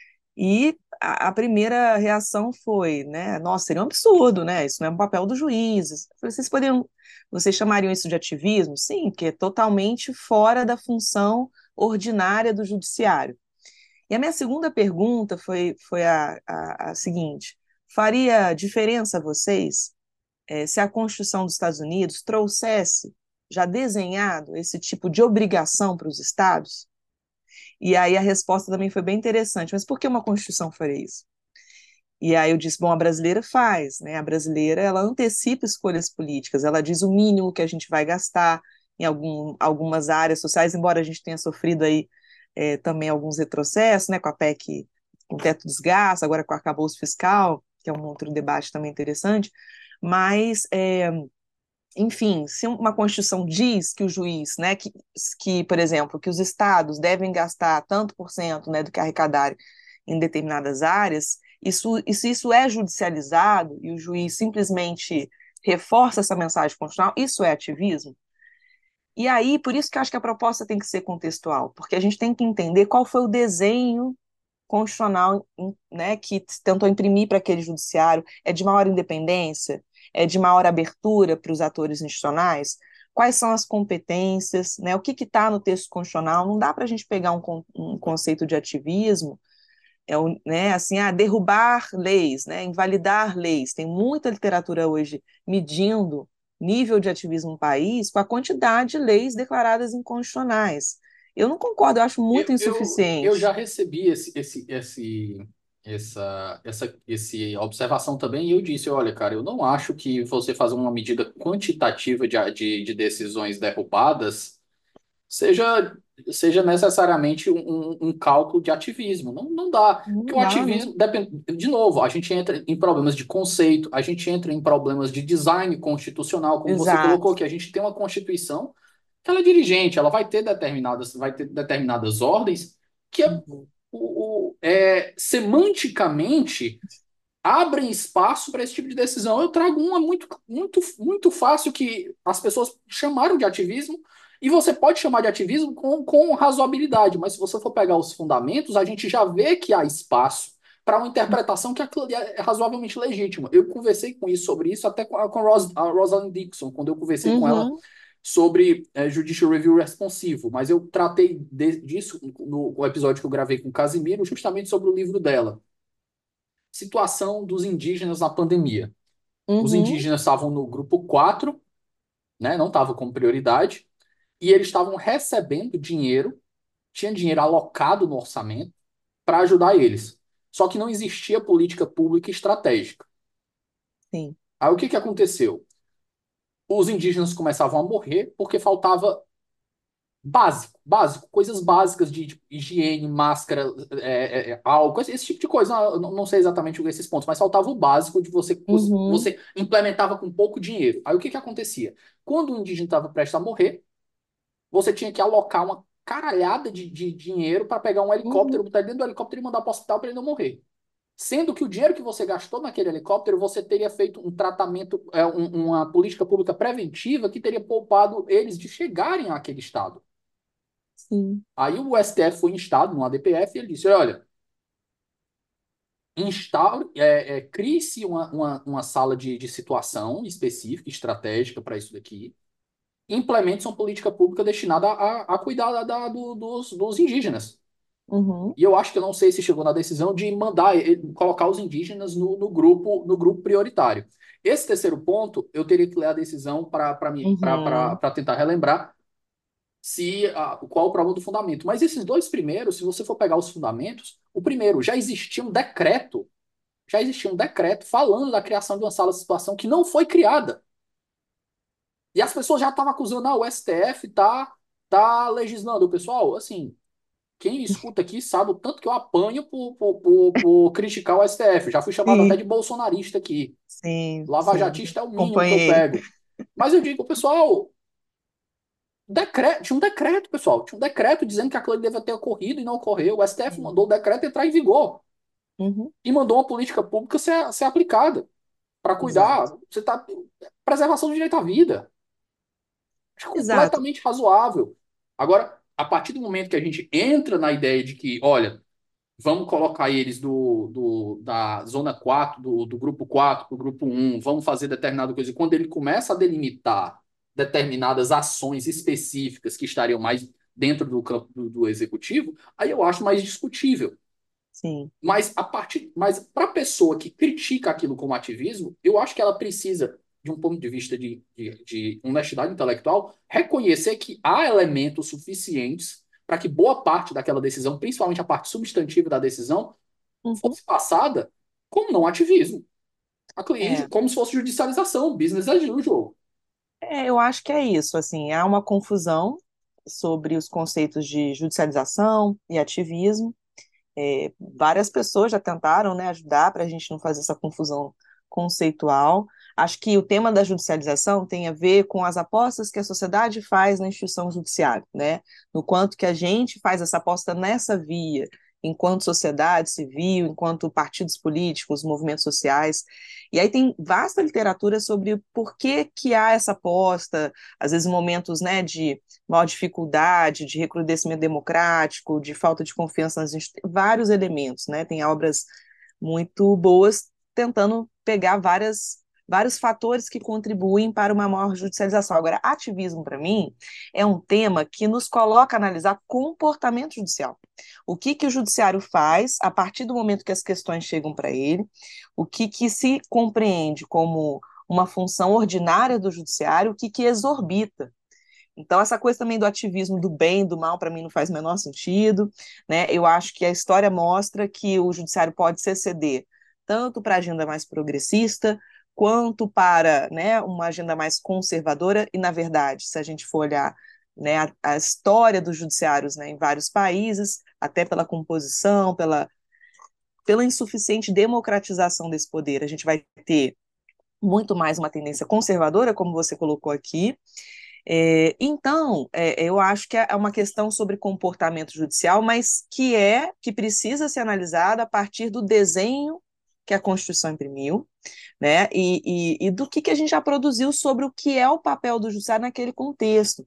E a, a primeira reação foi, né? Nossa, seria um absurdo, né? Isso não é um papel dos juízes. Eu falei, vocês poderiam, vocês chamariam isso de ativismo? Sim, porque é totalmente fora da função ordinária do judiciário. E a minha segunda pergunta foi, foi a, a, a seguinte: faria diferença a vocês eh, se a Constituição dos Estados Unidos trouxesse já desenhado esse tipo de obrigação para os estados? E aí a resposta também foi bem interessante. Mas por que uma Constituição faria isso? E aí eu disse, bom, a brasileira faz, né? A brasileira, ela antecipa escolhas políticas, ela diz o mínimo que a gente vai gastar em algum, algumas áreas sociais, embora a gente tenha sofrido aí é, também alguns retrocessos, né? Com a P E C, com o teto dos gastos, agora com o arcabouço fiscal, que é um outro debate também interessante, mas é, enfim, se uma Constituição diz que o juiz, né, que, que, por exemplo, que os estados devem gastar tanto por cento, né, do que arrecadarem em determinadas áreas, isso, isso, isso é judicializado e o juiz simplesmente reforça essa mensagem constitucional, isso é ativismo? E aí, por isso que eu acho que a proposta tem que ser contextual, porque a gente tem que entender qual foi o desenho constitucional, né, que tentou imprimir para aquele judiciário, é de maior independência, é de maior abertura para os atores institucionais, quais são as competências, né, o que está no texto constitucional, não dá para a gente pegar um, um, conceito de ativismo, é, né, assim, ah, derrubar leis, né, invalidar leis, tem muita literatura hoje medindo nível de ativismo no país com a quantidade de leis declaradas inconstitucionais. Eu não concordo, eu acho muito Eu, eu, eu já insuficiente. recebi esse, esse, esse. essa, essa, esse observação também, e eu disse, olha, cara, eu não acho que você fazer uma medida quantitativa de, de, de decisões derrubadas seja, seja necessariamente um, um um cálculo de ativismo. Não, não dá. Porque Não o dá, né? ativismo, depende, de novo, a gente entra em problemas de conceito, a gente entra em problemas de design constitucional, como você Exato. colocou, que a gente tem uma Constituição que ela é dirigente, ela vai ter determinadas, vai ter determinadas ordens que é, Uhum. o, o- é, semanticamente abrem espaço para esse tipo de decisão. Eu trago uma muito, muito, muito fácil que as pessoas chamaram de ativismo, e você pode chamar de ativismo com, com razoabilidade, mas se você for pegar os fundamentos, a gente já vê que há espaço para uma interpretação que aquilo ali é razoavelmente legítima. Eu conversei com isso sobre isso até com a, com a, Ros, a Rosalind Dixon, quando eu conversei com ela Uhum. sobre é, Judicial Review responsivo, mas eu tratei de, disso no, no episódio que eu gravei com o Casimiro, justamente sobre o livro dela. Situação dos indígenas na pandemia. Os Uhum. indígenas estavam no grupo quatro, né, não estavam como prioridade, e eles estavam recebendo dinheiro, tinha dinheiro alocado no orçamento para ajudar eles. Só que não existia política pública estratégica. Sim. Aí o que que aconteceu? Os indígenas começavam a morrer porque faltava básico, básico, coisas básicas de, de higiene, máscara, é, é, é, álcool, esse, esse tipo de coisa. Eu não, não sei exatamente esses pontos, mas faltava o básico de você, você, Uhum. você implementava com pouco dinheiro. Aí o que que acontecia? Quando o indígena estava prestes a morrer, você tinha que alocar uma caralhada de, de dinheiro para pegar um helicóptero, Uhum. botar ele dentro do helicóptero e mandar para o hospital para ele não morrer. Sendo que o dinheiro que você gastou naquele helicóptero, você teria feito um tratamento, é, um- uma política pública preventiva que teria poupado eles de chegarem àquele estado. Sim. Aí o S T F foi instado no A D P F e ele disse: olha, instaure, é, é, crie-se uma, uma, uma sala de, de situação específica, estratégica para isso daqui, implemente uma política pública destinada a, a cuidar da, da- do- dos, dos indígenas. Uhum. E eu acho que eu não sei se chegou na decisão de mandar ele- colocar os indígenas no, no grupo no grupo prioritário. Esse terceiro ponto, eu teria que ler a decisão para Uhum. para tentar relembrar se a, qual o problema do fundamento. Mas esses dois primeiros, se você for pegar os fundamentos, o primeiro, já existia um decreto, já existia um decreto falando da criação de uma sala de situação que não foi criada. E as pessoas já estavam acusando, ah, o S T F tá, tá legislando. O pessoal, assim, quem escuta aqui sabe o tanto que eu apanho por, por, por, por criticar o S T F. Já fui chamado até Sim. de bolsonarista aqui. Sim. Sim. Lavajatista é o mínimo que eu Acompanhei. pego. Mas eu digo, pessoal, decreto, tinha um decreto, pessoal. Tinha um decreto dizendo que aquilo ali deve ter ocorrido e não ocorreu. O S T F Sim. mandou o decreto entrar em vigor Uhum. e mandou uma política pública ser, ser aplicada para cuidar. Exato. Você tá preservação do direito à vida. Acho Exato. completamente razoável. Agora, a partir do momento que a gente entra na ideia de que, olha, vamos colocar eles do, do, da zona quatro do, do grupo quatro para o grupo um, vamos fazer determinada coisa. E quando ele começa a delimitar determinadas ações específicas que estariam mais dentro do campo do, do executivo, aí eu acho mais discutível. Sim. Mas a partir, mas para a pessoa que critica aquilo como ativismo, eu acho que ela precisa, de um ponto de vista de, de, de honestidade intelectual, reconhecer que há elementos suficientes para que boa parte daquela decisão, principalmente a parte substantiva da decisão, Uhum. fosse passada como não ativismo. É. Como se fosse judicialização, business as usual. É, eu acho que é isso, assim, há uma confusão sobre os conceitos de judicialização e ativismo. É, várias pessoas já tentaram, né, ajudar para a gente não fazer essa confusão conceitual. Acho que o tema da judicialização tem a ver com as apostas que a sociedade faz na instituição judiciária, né? No quanto que a gente faz essa aposta nessa via, enquanto sociedade civil, enquanto partidos políticos, movimentos sociais. E aí tem vasta literatura sobre por que que há essa aposta, às vezes momentos, né, de maior dificuldade, de recrudescimento democrático, de falta de confiança nas instituições, vários elementos, né? Tem obras muito boas tentando pegar várias, vários fatores que contribuem para uma maior judicialização. Agora, ativismo, para mim, é um tema que nos coloca a analisar comportamento judicial. O que, que o judiciário faz a partir do momento que as questões chegam para ele, o que, que se compreende como uma função ordinária do judiciário, o que, que exorbita. Então, essa coisa também do ativismo do bem, do mal, para mim não faz o menor sentido, né? Eu acho que a história mostra que o judiciário pode se exceder tanto para a agenda mais progressista, quanto para, né, uma agenda mais conservadora, e, na verdade, se a gente for olhar, né, a, a história dos judiciários, né, em vários países, até pela composição, pela, pela insuficiente democratização desse poder, a gente vai ter muito mais uma tendência conservadora, como você colocou aqui. É, então, é, eu acho que é uma questão sobre comportamento judicial, mas que é, que precisa ser analisada a partir do desenho que a Constituição imprimiu, né, e, e, e do que, que a gente já produziu sobre o que é o papel do judiciário naquele contexto.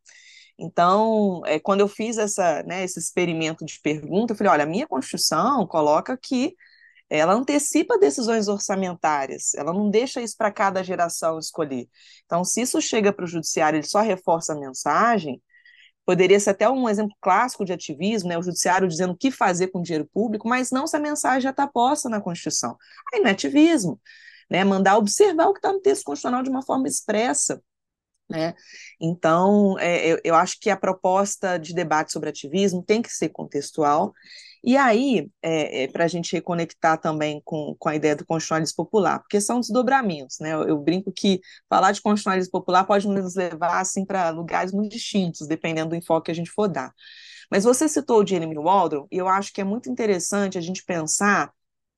Então, é, quando eu fiz essa, né, esse experimento de pergunta, eu falei, olha, a minha Constituição coloca que ela antecipa decisões orçamentárias, ela não deixa isso para cada geração escolher. Então, se isso chega para o judiciário, ele só reforça a mensagem, poderia ser até um exemplo clássico de ativismo, né, o judiciário dizendo o que fazer com o dinheiro público, mas não se a mensagem já está posta na Constituição. Aí não é ativismo, né, mandar observar o que está no texto constitucional de uma forma expressa. Né? Então, é, eu, eu acho que a proposta de debate sobre ativismo tem que ser contextual. E aí, é, é, para a gente reconectar também com, com a ideia do constitucionalismo popular, porque são desdobramentos, né? Eu, eu brinco que falar de constitucionalismo popular pode nos levar assim, para lugares muito distintos, dependendo do enfoque que a gente for dar. Mas você citou o Jeremy Waldron, e eu acho que é muito interessante a gente pensar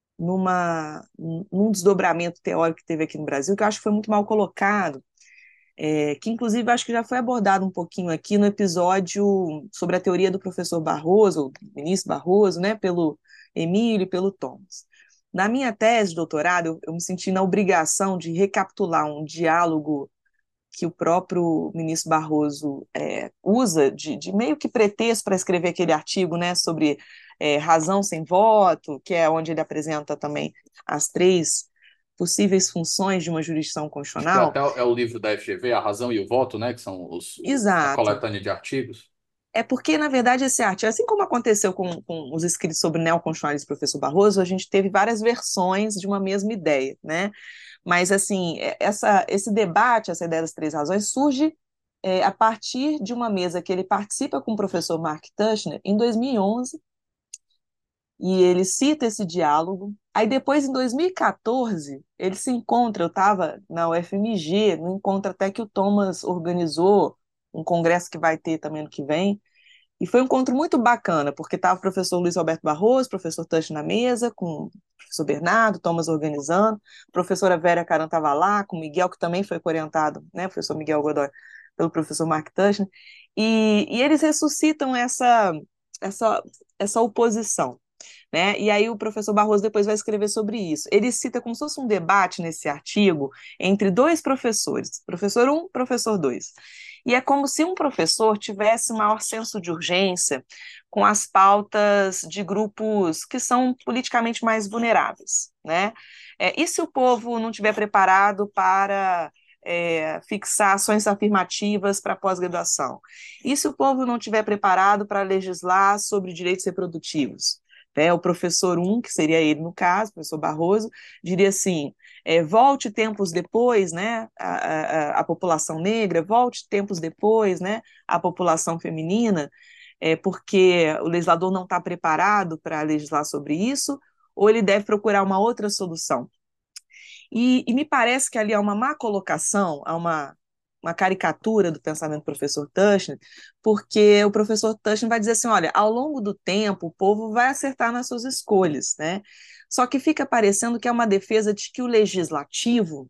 numa, num desdobramento teórico que teve aqui no Brasil, que eu acho que foi muito mal colocado, é, que inclusive acho que já foi abordado um pouquinho aqui no episódio sobre a teoria do professor Barroso, do ministro Barroso, né, pelo Emílio e pelo Thomas. Na minha tese de doutorado, eu, eu me senti na obrigação de recapitular um diálogo que o próprio ministro Barroso é, usa de, de meio que pretexto para escrever aquele artigo, né, sobre é, razão sem voto, que é onde ele apresenta também as três possíveis funções de uma jurisdição Acho que até constitucional. é o livro da F G V, A Razão e o Voto, né? Que são os, o- a Exato. coletânea de artigos. É porque, na verdade, esse artigo, assim como aconteceu com, com os escritos sobre neoconstitucionalismo do professor Barroso, a gente teve várias versões de uma mesma ideia, né? Mas, assim, é- essa, esse debate, essa ideia das três razões, surge é, a partir de uma mesa que ele participa com o professor Mark Tushner em dois mil e onze, e ele cita esse diálogo. Aí depois, em dois mil e quatorze, ele se encontra, eu estava na U F M G, no encontro até que o Thomas organizou, um congresso que vai ter também no que vem, e foi um encontro muito bacana, porque estava o professor Luiz Alberto Barroso, o professor Tush na mesa, com o professor Bernardo, Thomas organizando, a professora Vera Caran estava lá, com o Miguel, que também foi orientado, né, o professor Miguel Godoy, pelo professor Mark Tush, e, e eles ressuscitam essa, essa, essa oposição. Né? E aí o professor Barroso depois vai escrever sobre isso. Ele cita como se fosse um debate nesse artigo entre dois professores, professor um, professor dois. E é como se um professor tivesse maior senso de urgência com as pautas de grupos que são politicamente mais vulneráveis, né? É, e se o povo não estiver preparado para é, fixar ações afirmativas para pós-graduação? E se o povo não estiver preparado para legislar sobre direitos reprodutivos? Né, o professor um, que seria ele no caso, o professor Barroso, diria assim, é, volte tempos depois, né, a, a, a população negra, volte tempos depois, né, a população feminina, é, porque o legislador não está preparado para legislar sobre isso, ou ele deve procurar uma outra solução. E, e me parece que ali há uma má colocação, há uma, uma caricatura do pensamento do professor Tushnet, porque o professor Tushnet vai dizer assim, olha, ao longo do tempo o povo vai acertar nas suas escolhas, né? Só que fica parecendo que é uma defesa de que o legislativo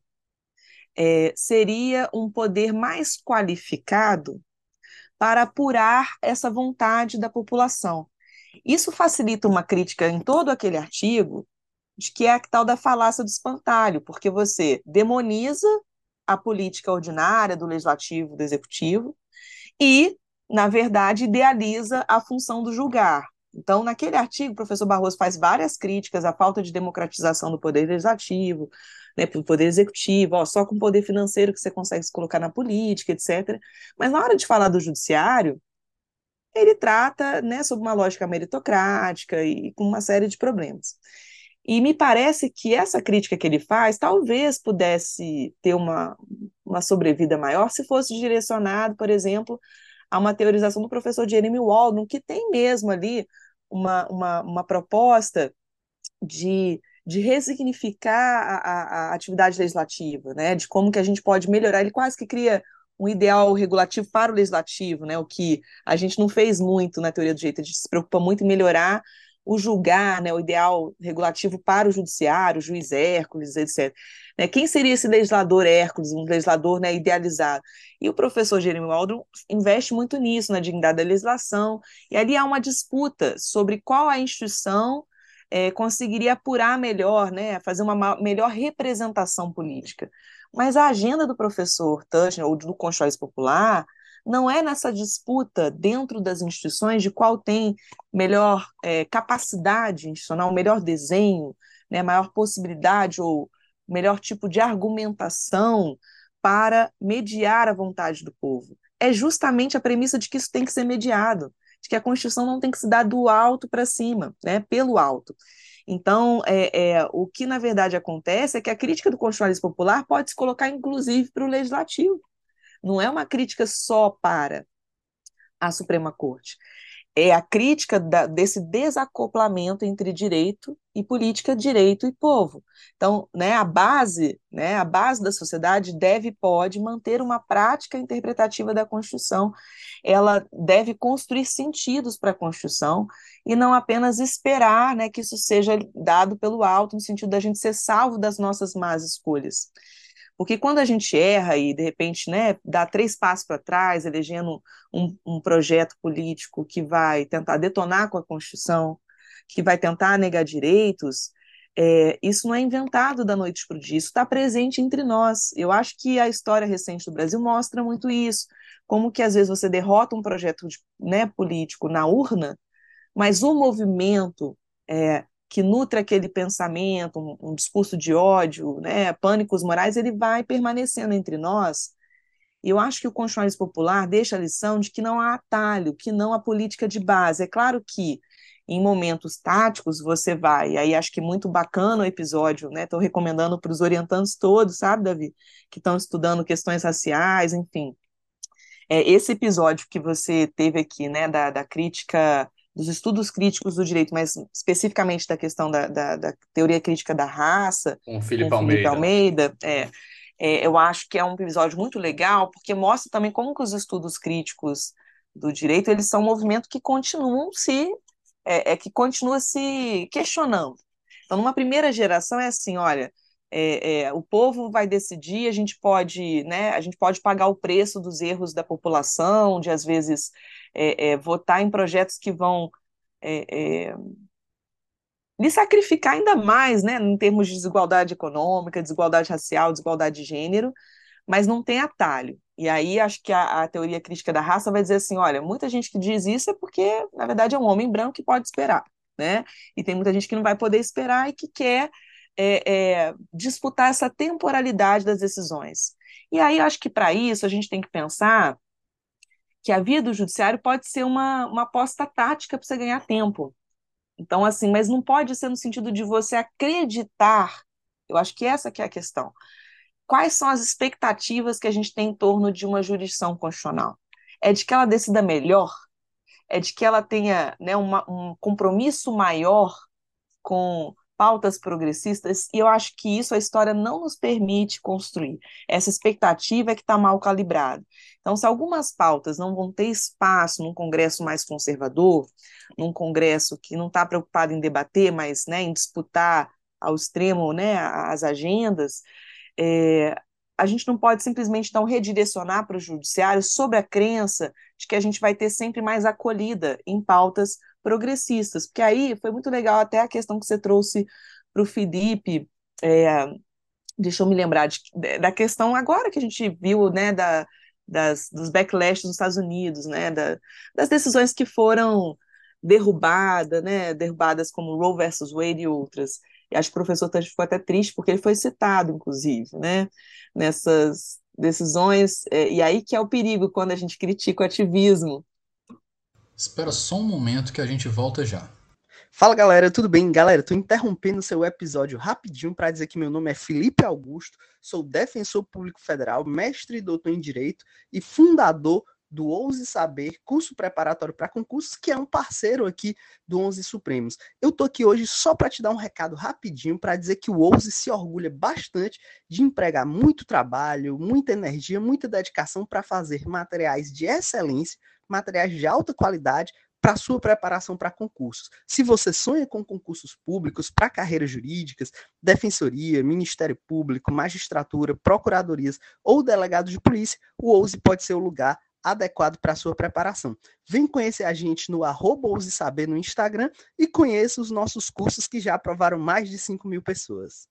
é, seria um poder mais qualificado para apurar essa vontade da população. Isso facilita uma crítica em todo aquele artigo de que é a tal da falácia do espantalho, porque você demoniza a política ordinária do legislativo, do executivo, e, na verdade, idealiza a função do julgar. Então, naquele artigo, o professor Barroso faz várias críticas à falta de democratização do poder legislativo, né, do poder executivo, ó, só com o poder financeiro que você consegue se colocar na política, etcétera. Mas na hora de falar do judiciário, ele trata, né, sob uma lógica meritocrática e com uma série de problemas. E me parece que essa crítica que ele faz talvez pudesse ter uma, uma sobrevida maior se fosse direcionado, por exemplo, a uma teorização do professor Jeremy Waldron, que tem mesmo ali uma, uma, uma proposta de, de ressignificar a, a, a atividade legislativa, né? De como que a gente pode melhorar. Ele quase que cria um ideal regulativo para o legislativo, né? O que a gente não fez muito na teoria do direito, a gente se preocupa muito em melhorar o julgar, né, o ideal regulativo para o judiciário, o juiz Hércules, etcétera. Né, quem seria esse legislador Hércules, um legislador, né, idealizado? E o professor Jeremy Waldron investe muito nisso, na dignidade da legislação, e ali há uma disputa sobre qual a instituição é, conseguiria apurar melhor, né, fazer uma melhor representação política. Mas a agenda do professor Tushner, ou do Constitucionalismo Popular, não é nessa disputa dentro das instituições de qual tem melhor é, capacidade institucional, melhor desenho, né, maior possibilidade ou melhor tipo de argumentação para mediar a vontade do povo. É justamente a premissa de que isso tem que ser mediado, de que a Constituição não tem que se dar do alto para cima, né, pelo alto. Então, é, é, o que na verdade acontece é que a crítica do constitucionalismo popular pode se colocar, inclusive, para o legislativo. Não é uma crítica só para a Suprema Corte. É a crítica da, desse desacoplamento entre direito e política, direito e povo. Então, né, a base, né, a base da sociedade deve e pode manter uma prática interpretativa da Constituição. Ela deve construir sentidos para a Constituição e não apenas esperar, né, que isso seja dado pelo alto, no sentido da gente ser salvo das nossas más escolhas. Porque quando a gente erra e, de repente, né, dá três passos para trás, elegendo um, um projeto político que vai tentar detonar com a Constituição, que vai tentar negar direitos, é, isso não é inventado da noite para o dia, isso está presente entre nós. Eu acho que a história recente do Brasil mostra muito isso, como que às vezes você derrota um projeto de, né, político na urna, mas o movimento é, que nutre aquele pensamento, um, um discurso de ódio, né, pânicos morais, ele vai permanecendo entre nós. E eu acho que o constitucionalismo popular deixa a lição de que não há atalho, que não há política de base. É claro que em momentos táticos você vai, aí acho que muito bacana o episódio, né? Estou recomendando para os orientandos todos, sabe, Davi, que estão estudando questões raciais, enfim. É, esse episódio que você teve aqui, né, da, da crítica, dos estudos críticos do direito, mas especificamente da questão da, da, da teoria crítica da raça, Com o com Felipe Felipe Almeida. Almeida, é, é, eu acho que é um episódio muito legal, porque mostra também como que os estudos críticos do direito, eles são um movimento que continuam se, é, é, que continua se questionando. Então, numa primeira geração é assim, olha, é, é, o povo vai decidir, a gente pode, né, a gente pode pagar o preço dos erros da população, de às vezes é, é, votar em projetos que vão é, é, lhe sacrificar ainda mais, né, em termos de desigualdade econômica, desigualdade racial, desigualdade de gênero, mas não tem atalho. E aí acho que a, a teoria crítica da raça vai dizer assim, olha, muita gente que diz isso é porque, na verdade, é um homem branco que pode esperar, né? E tem muita gente que não vai poder esperar e que quer é, é, disputar essa temporalidade das decisões. E aí eu acho que para isso a gente tem que pensar que a via do judiciário pode ser uma, uma aposta tática para você ganhar tempo. Então, assim, mas não pode ser no sentido de você acreditar, eu acho que essa que é a questão. Quais são as expectativas que a gente tem em torno de uma jurisdição constitucional? É de que ela decida melhor? É de que ela tenha, né, uma, um compromisso maior com pautas progressistas? E eu acho que isso a história não nos permite construir. Essa expectativa é que está mal calibrada. Então, se algumas pautas não vão ter espaço num Congresso mais conservador, num Congresso que não está preocupado em debater, mas, né, em disputar ao extremo, né, as agendas, é, a gente não pode simplesmente então redirecionar para o judiciário sobre a crença de que a gente vai ter sempre mais acolhida em pautas progressistas, porque aí foi muito legal até a questão que você trouxe para o Felipe, é, deixa eu me lembrar de, da questão agora que a gente viu, né, da, das, dos backlash nos Estados Unidos, né, da, das decisões que foram derrubadas, né, derrubadas como Roe versus Wade e outras. E acho que o professor Tange ficou até triste porque ele foi citado, inclusive, né, nessas decisões, é, e aí que é o perigo quando a gente critica o ativismo. Espera só um momento que a gente volta já. Fala galera, tudo bem? Galera, tô interrompendo seu episódio rapidinho para dizer que meu nome é Felipe Augusto, sou defensor público federal, mestre e doutor em Direito e fundador do Ouse Saber, curso preparatório para concursos, que é um parceiro aqui do onze Supremos. Eu tô aqui hoje só para te dar um recado rapidinho, para dizer que o Ouse se orgulha bastante de empregar muito trabalho, muita energia, muita dedicação para fazer materiais de excelência, materiais de alta qualidade, para sua preparação para concursos. Se você sonha com concursos públicos para carreiras jurídicas, defensoria, Ministério Público, magistratura, procuradorias ou delegado de polícia, o Ouse pode ser o lugar adequado para a sua preparação. Vem conhecer a gente no arroba Ouse Saber no Instagram e conheça os nossos cursos que já aprovaram mais de cinco mil pessoas.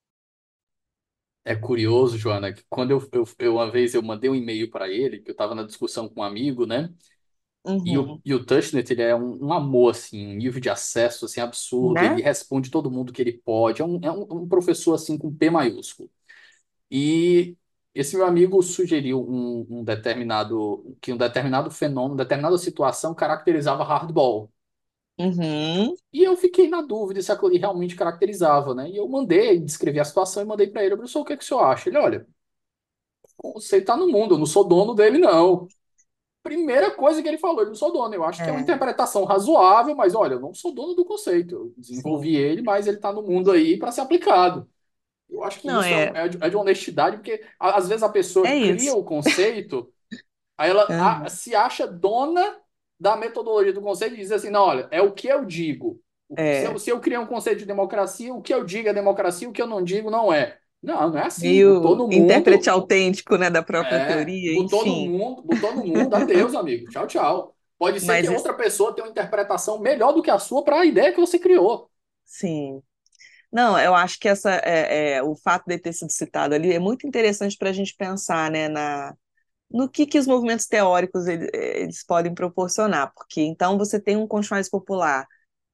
É curioso, Joana, que quando eu, eu, eu uma vez eu mandei um e-mail para ele, que eu estava na discussão com um amigo, né? E o, Uhum. e o Tushnet, ele é um, um amor, assim, um nível de acesso, assim, absurdo. Ele Né? responde todo mundo que ele pode. É um, é um, um professor, assim, com P maiúsculo. E esse meu amigo sugeriu um, um determinado, que um determinado fenômeno, determinada situação caracterizava hardball. Uhum. E eu fiquei na dúvida se aquilo ali realmente caracterizava, né? E eu mandei, descrevi a situação e mandei para ele. Eu falei, o que é que o senhor acha? Ele, olha, o conceito tá no mundo, eu não sou dono dele, não. Primeira coisa que ele falou, eu não sou dono. Eu acho que é uma É, interpretação razoável, mas olha, eu não sou dono do conceito. Eu sim. desenvolvi ele, mas ele está no mundo aí para ser aplicado. Eu acho que Não, isso é, um- é, é de, é de honestidade, porque a- às vezes a pessoa é cria isso. o conceito, aí ela a- Uhum. se acha dona da metodologia do conceito e diz assim: não, olha, é o que eu digo. O- Se eu, É, se eu criar um conceito de democracia, o que eu digo é democracia, o que eu não digo não é. Não, não é assim. Botou meio no intérprete mundo. autêntico, né, da própria É, teoria, botou no enfim. mundo, botou no mundo, adeus, amigo. Tchau, tchau. Pode ser que Mas, outra isso- pessoa tenha uma interpretação melhor do que a sua para a ideia que você criou. sim. Não, eu acho que essa, é, é, o fato de ter sido citado ali é muito interessante para a gente pensar, né, na, no que, que os movimentos teóricos ele- eles podem proporcionar, porque então você tem um consciência popular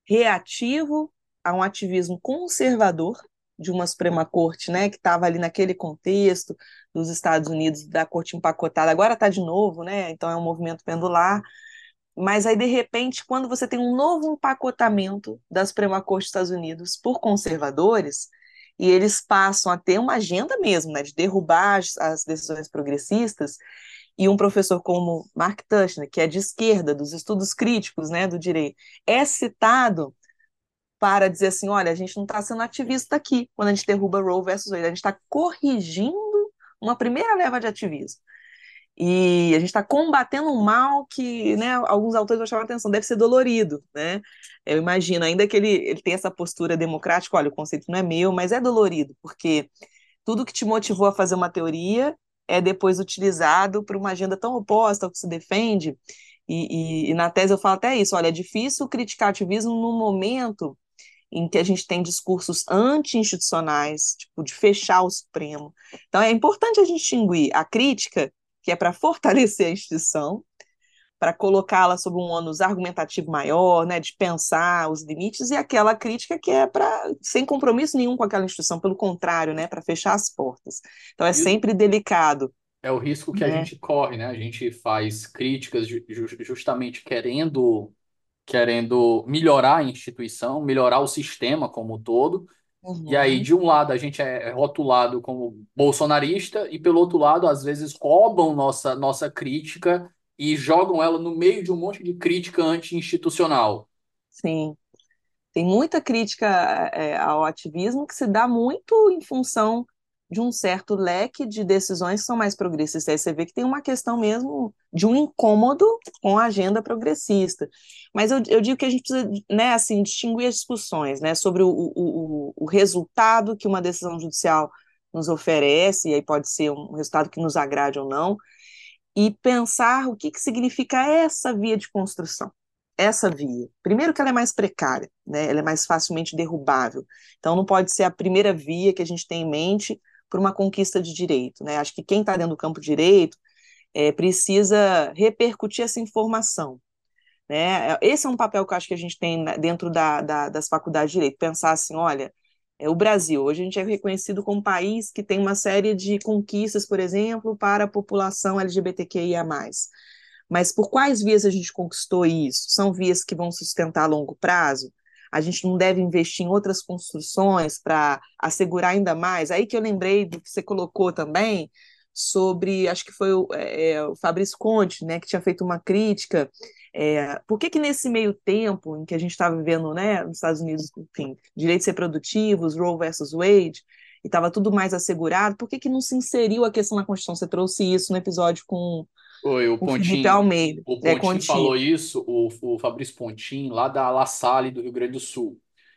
reativo a um ativismo conservador de uma Suprema Corte, né, que estava ali naquele contexto dos Estados Unidos, da corte empacotada, agora está de novo, né, então é um movimento pendular, mas aí, de repente, quando você tem um novo empacotamento da Suprema Corte dos Estados Unidos por conservadores, e eles passam a ter uma agenda mesmo, né, de derrubar as, as decisões progressistas, e um professor como Mark Tushnet, que é de esquerda, dos estudos críticos, né, do direito, é citado para dizer assim, olha, a gente não está sendo ativista aqui quando a gente derruba Roe versus Wade, a gente está corrigindo uma primeira leva de ativismo. E a gente está combatendo um mal que, né, alguns autores vão chamar a atenção, deve ser dolorido, né? Eu imagino, ainda que ele, ele tenha essa postura democrática, olha, o conceito não é meu, mas é dolorido, porque tudo que te motivou a fazer uma teoria é depois utilizado por uma agenda tão oposta ao que se defende. E, e, e na tese eu falo até isso, olha, é difícil criticar ativismo num momento em que a gente tem discursos anti-institucionais, tipo, de fechar o Supremo. Então, é importante a gente distinguir a crítica, que é para fortalecer a instituição, para colocá-la sob um ônus argumentativo maior, né, de pensar os limites, e aquela crítica que é para sem compromisso nenhum com aquela instituição, pelo contrário, né, para fechar as portas. Então, é E sempre delicado, é o risco que a né? gente corre, né? A gente faz críticas ju- ju- justamente querendo, querendo melhorar a instituição, melhorar o sistema como um todo. E aí, Uhum. de um lado, a gente é rotulado como bolsonarista, e pelo outro lado, às vezes roubam nossa, nossa crítica e jogam ela no meio de um monte de crítica anti-institucional. Sim. Tem muita crítica é, ao ativismo que se dá muito em função de um certo leque de decisões que são mais progressistas. Aí você vê que tem uma questão mesmo de um incômodo com a agenda progressista. Mas eu, eu digo que a gente precisa, né, assim, distinguir as discussões, né, sobre o, o, o, o resultado que uma decisão judicial nos oferece, e aí pode ser um resultado que nos agrade ou não, e pensar o que, que significa essa via de construção. Essa via. Primeiro que ela é mais precária, né? Ela é mais facilmente derrubável. Então não pode ser a primeira via que a gente tem em mente para uma conquista de direito, né? Acho que quem está dentro do campo de direito é, precisa repercutir essa informação, né? Esse é um papel que eu acho que a gente tem dentro da, da, das faculdades de direito, pensar assim, olha, é, o Brasil, hoje a gente é reconhecido como um país que tem uma série de conquistas, por exemplo, para a população L G B T Q I A mais. Mas por quais vias a gente conquistou isso? São vias que vão sustentar a longo prazo? A gente não deve investir em outras construções para assegurar ainda mais? Aí que eu lembrei do que você colocou também, sobre, acho que foi o, é, o Fabrício Conte, né, que tinha feito uma crítica. É, por que que nesse meio tempo em que a gente está vivendo, né, nos Estados Unidos, enfim, direitos reprodutivos, Roe versus Wade, e estava tudo mais assegurado, por que que não se inseriu a questão na Constituição? Você trouxe isso no episódio com Oi, o o Felipe Pontin, Almeida, o né, Pontin falou Conti. isso, o, o Fabrício Pontin, lá da La Salle, do Rio Grande do Sul,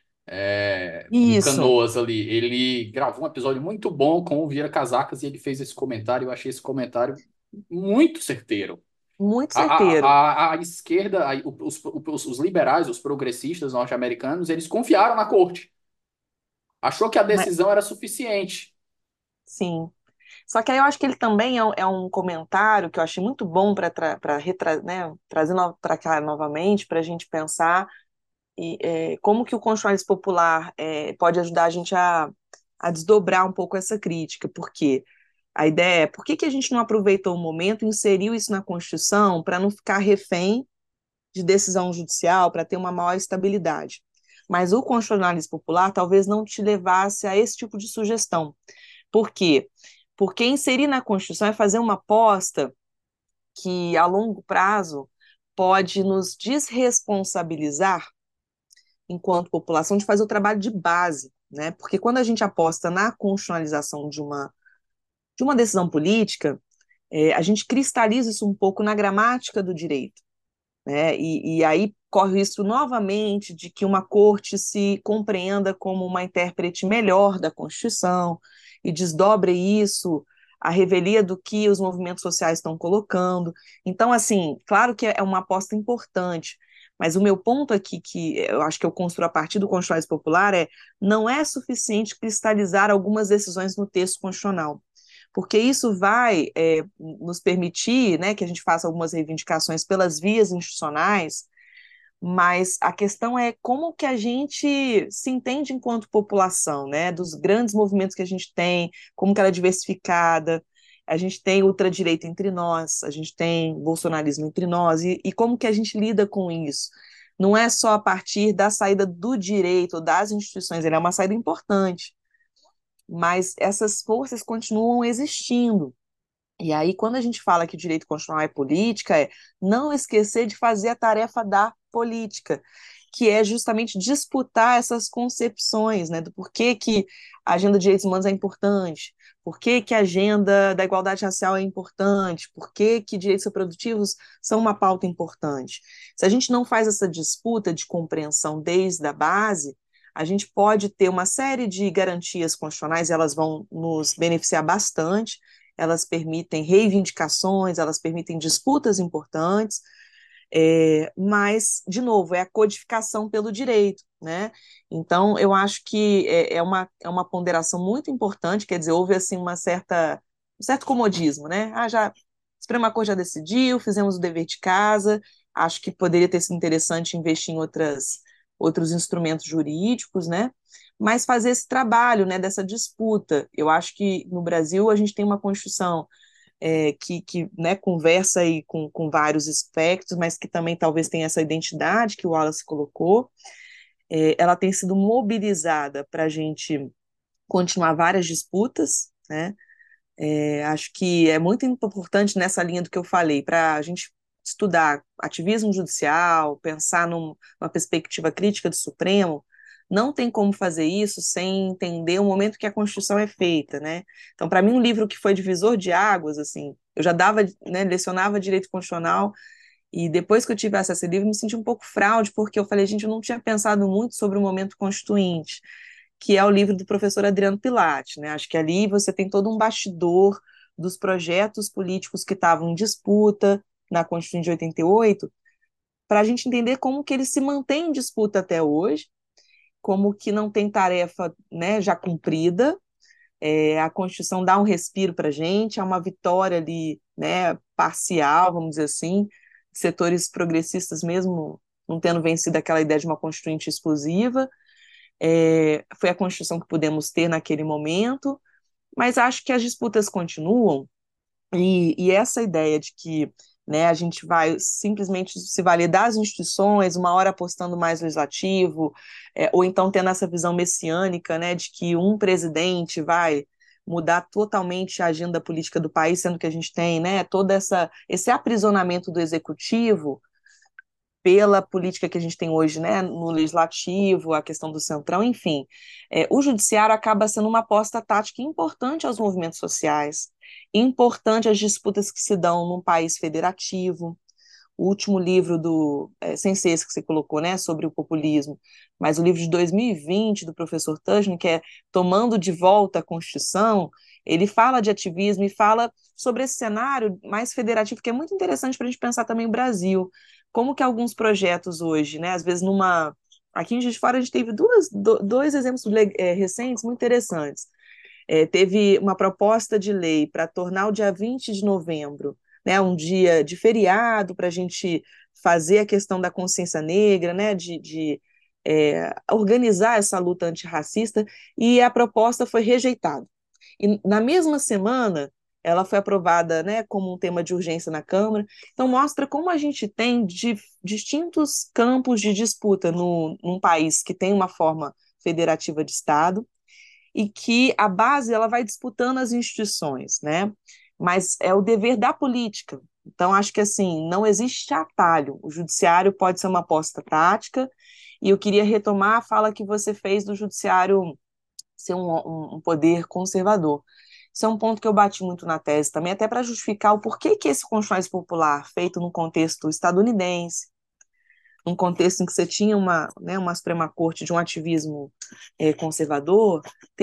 é, em Isso, Canoas ali. Ele gravou um episódio muito bom com o Vieira Casacas e ele fez esse comentário. Eu achei esse comentário muito certeiro. muito A, certeiro. a, a, a esquerda, a- os, os, os liberais, os progressistas norte-americanos, eles confiaram na corte. Achou que a Mas, decisão era suficiente. sim. Só que aí eu acho que ele também é um, é um comentário que eu achei muito bom para tra tra né, trazer para cá novamente, para a gente pensar e, é, como que o constitucionalismo popular é, pode ajudar a gente a, a desdobrar um pouco essa crítica. Porque a ideia é, por que que a gente não aproveitou o momento e inseriu isso na Constituição para não ficar refém de decisão judicial, para ter uma maior estabilidade? Mas o constitucionalismo popular talvez não te levasse a esse tipo de sugestão. Por quê? Porque inserir na Constituição é fazer uma aposta que, a longo prazo, pode nos desresponsabilizar, enquanto população, de fazer o trabalho de base, né? Porque quando a gente aposta na constitucionalização de uma, de uma decisão política, é, a gente cristaliza isso um pouco na gramática do direito, né? E, e aí corre isso novamente de que uma corte se compreenda como uma intérprete melhor da Constituição e desdobre isso à revelia do que os movimentos sociais estão colocando. Então, assim, claro que é uma aposta importante, mas o meu ponto aqui, que eu acho que eu construo a partir do Constitucionalismo Popular, é não é suficiente cristalizar algumas decisões no texto constitucional, porque isso vai é, nos permitir, né, que a gente faça algumas reivindicações pelas vias institucionais, mas a questão é como que a gente se entende enquanto população, né, dos grandes movimentos que a gente tem, como que ela é diversificada, a gente tem ultradireita entre nós, a gente tem bolsonarismo entre nós, e, e como que a gente lida com isso? Não é só a partir da saída do direito, das instituições, ele é uma saída importante, mas essas forças continuam existindo. E aí, quando a gente fala que o direito constitucional é política, é não esquecer de fazer a tarefa da política, que é justamente disputar essas concepções, né, do porquê que a agenda de direitos humanos é importante, por que que a agenda da igualdade racial é importante, por que que direitos reprodutivos são uma pauta importante. Se a gente não faz essa disputa de compreensão desde a base, a gente pode ter uma série de garantias constitucionais, e elas vão nos beneficiar bastante, elas permitem reivindicações, elas permitem disputas importantes, é, mas, de novo, é a codificação pelo direito, né? Então, eu acho que é, é, uma, é uma ponderação muito importante, quer dizer, houve, assim, uma certa, um certo comodismo, né? Ah, já, a Suprema Corte já decidiu, fizemos o dever de casa, acho que poderia ter sido interessante investir em outras, outros instrumentos jurídicos, né? Mas fazer esse trabalho, né, dessa disputa. Eu acho que no Brasil a gente tem uma Constituição é, que, que né, conversa aí com, com vários aspectos, mas que também talvez tenha essa identidade que o Wallace colocou. É, ela tem sido mobilizada para a gente continuar várias disputas, né? É, acho que é muito importante nessa linha do que eu falei, para a gente estudar ativismo judicial, pensar num, numa perspectiva crítica do Supremo. Não tem como fazer isso sem entender o momento que a Constituição é feita, né? Então, para mim, um livro que foi divisor de águas, assim, eu já dava, né, lecionava direito constitucional, e depois que eu tive acesso a esse livro, me senti um pouco fraude, porque eu falei, gente, eu não tinha pensado muito sobre o momento constituinte, que é o livro do professor Adriano Pilati, né? Acho que ali você tem todo um bastidor dos projetos políticos que estavam em disputa na Constituinte de oitenta e oito, para a gente entender como que ele se mantém em disputa até hoje, como que não tem tarefa, né, já cumprida. É, a Constituição dá um respiro para a gente, há uma vitória ali, né, parcial, vamos dizer assim, setores progressistas mesmo não tendo vencido aquela ideia de uma Constituinte exclusiva. É, foi a Constituição que pudemos ter naquele momento, mas acho que as disputas continuam, e, e essa ideia de que, né, a gente vai simplesmente se valer das instituições, uma hora apostando mais no legislativo, é, ou então tendo essa visão messiânica, né, de que um presidente vai mudar totalmente a agenda política do país, sendo que a gente tem, né, todo essa, esse aprisionamento do executivo pela política que a gente tem hoje, né, no legislativo, a questão do centrão, enfim. É, o judiciário acaba sendo uma aposta tática importante aos movimentos sociais, importante às disputas que se dão num país federativo. O último livro do, é, sem ser esse que você colocou, né, sobre o populismo, mas o livro de dois mil e vinte do professor Tushman, que é Tomando de Volta a Constituição, ele fala de ativismo e fala sobre esse cenário mais federativo, que é muito interessante para a gente pensar também o Brasil. Como que alguns projetos hoje, né, às vezes numa... Aqui em Juiz de Fora a gente teve duas, do, dois exemplos é, recentes muito interessantes. É, teve uma proposta de lei para tornar o dia vinte de novembro, né, um dia de feriado para a gente fazer a questão da consciência negra, né, de, de é, organizar essa luta antirracista, e a proposta foi rejeitada. E na mesma semana, ela foi aprovada, né, como um tema de urgência na Câmara. Então, mostra como a gente tem de, distintos campos de disputa no, num país que tem uma forma federativa de Estado, e que a base ela vai disputando as instituições, né? Mas é o dever da política. Então, acho que assim, não existe atalho. O judiciário pode ser uma aposta tática, e eu queria retomar a fala que você fez do judiciário ser um, um, um poder conservador. Isso é um ponto que eu bati muito na tese também, até para justificar o porquê que esse constitucionalismo popular, feito no contexto estadunidense, num contexto em que você tinha uma, né, uma Suprema Corte de um ativismo é, conservador,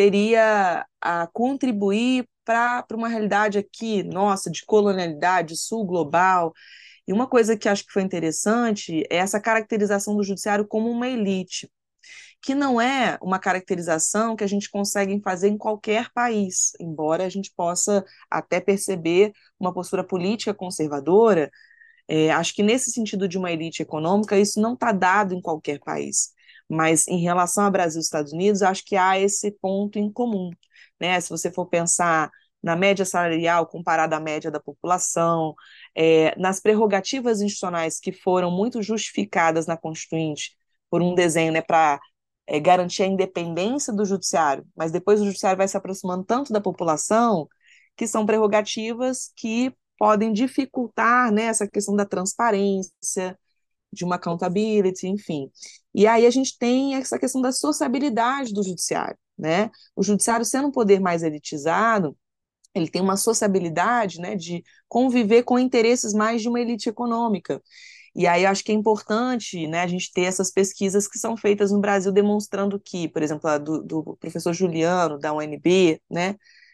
teria a contribuir para uma realidade aqui, nossa, de colonialidade, sul global. E uma coisa que acho que foi interessante é essa caracterização do judiciário como uma elite, que não é uma caracterização que a gente consegue fazer em qualquer país, embora a gente possa até perceber uma postura política conservadora. É, acho que nesse sentido de uma elite econômica, isso não está dado em qualquer país. Mas em relação ao Brasil e Estados Unidos, acho que há esse ponto em comum, né? Se você for pensar na média salarial comparada à média da população, é, nas prerrogativas institucionais que foram muito justificadas na Constituinte por um desenho, né, para é, garantir a independência do judiciário, mas depois o judiciário vai se aproximando tanto da população que são prerrogativas que podem dificultar, né, essa questão da transparência, de uma accountability, enfim. E aí a gente tem essa questão da sociabilidade do judiciário, né? O judiciário sendo um poder mais elitizado, ele tem uma sociabilidade, né, de conviver com interesses mais de uma elite econômica. E aí eu acho que é importante, né, a gente ter essas pesquisas que são feitas no Brasil demonstrando que, por exemplo, a do, do professor Juliano, da U N B, né,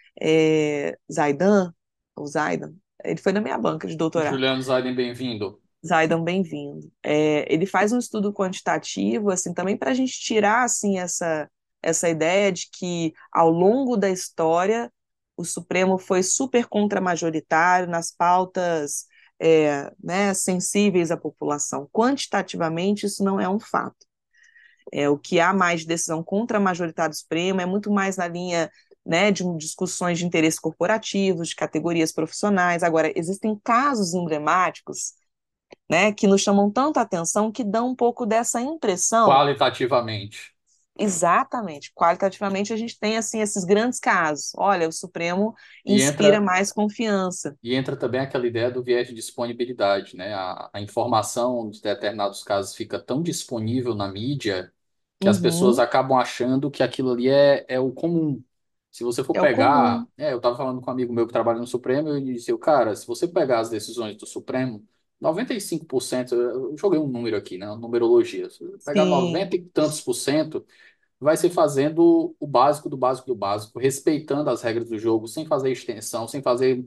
é, Zaidan, ou Zaidan, ele foi na minha banca de doutorado. Juliano Zaiden, bem-vindo. Zaidan, bem-vindo. É, ele faz um estudo quantitativo, assim, também para a gente tirar, assim, essa, essa ideia de que, ao longo da história, o Supremo foi super contramajoritário nas pautas, é, né, sensíveis à população. Quantitativamente, isso não é um fato. É, o que há mais de decisão contra-majoritária do Supremo é muito mais na linha, né, de discussões de interesses corporativos, de categorias profissionais. Agora, existem casos emblemáticos, né, que nos chamam tanta atenção, que dão um pouco dessa impressão. Qualitativamente. Exatamente. Qualitativamente, a gente tem assim esses grandes casos. Olha, o Supremo E inspira entra, mais confiança. e entra também aquela ideia do viés de disponibilidade, né? A, a informação de determinados casos fica tão disponível na mídia que as pessoas Uhum. acabam achando que aquilo ali é, é o comum. Se você for É o pegar, comum. é, eu estava falando com um amigo meu que trabalha no Supremo, e ele disse, cara, se você pegar as decisões do Supremo, noventa e cinco por cento, eu joguei um número aqui, né, uma numerologia, se você pegar Sim, noventa e tantos por cento, vai ser fazendo o básico do básico do básico, respeitando as regras do jogo, sem fazer extensão, sem fazer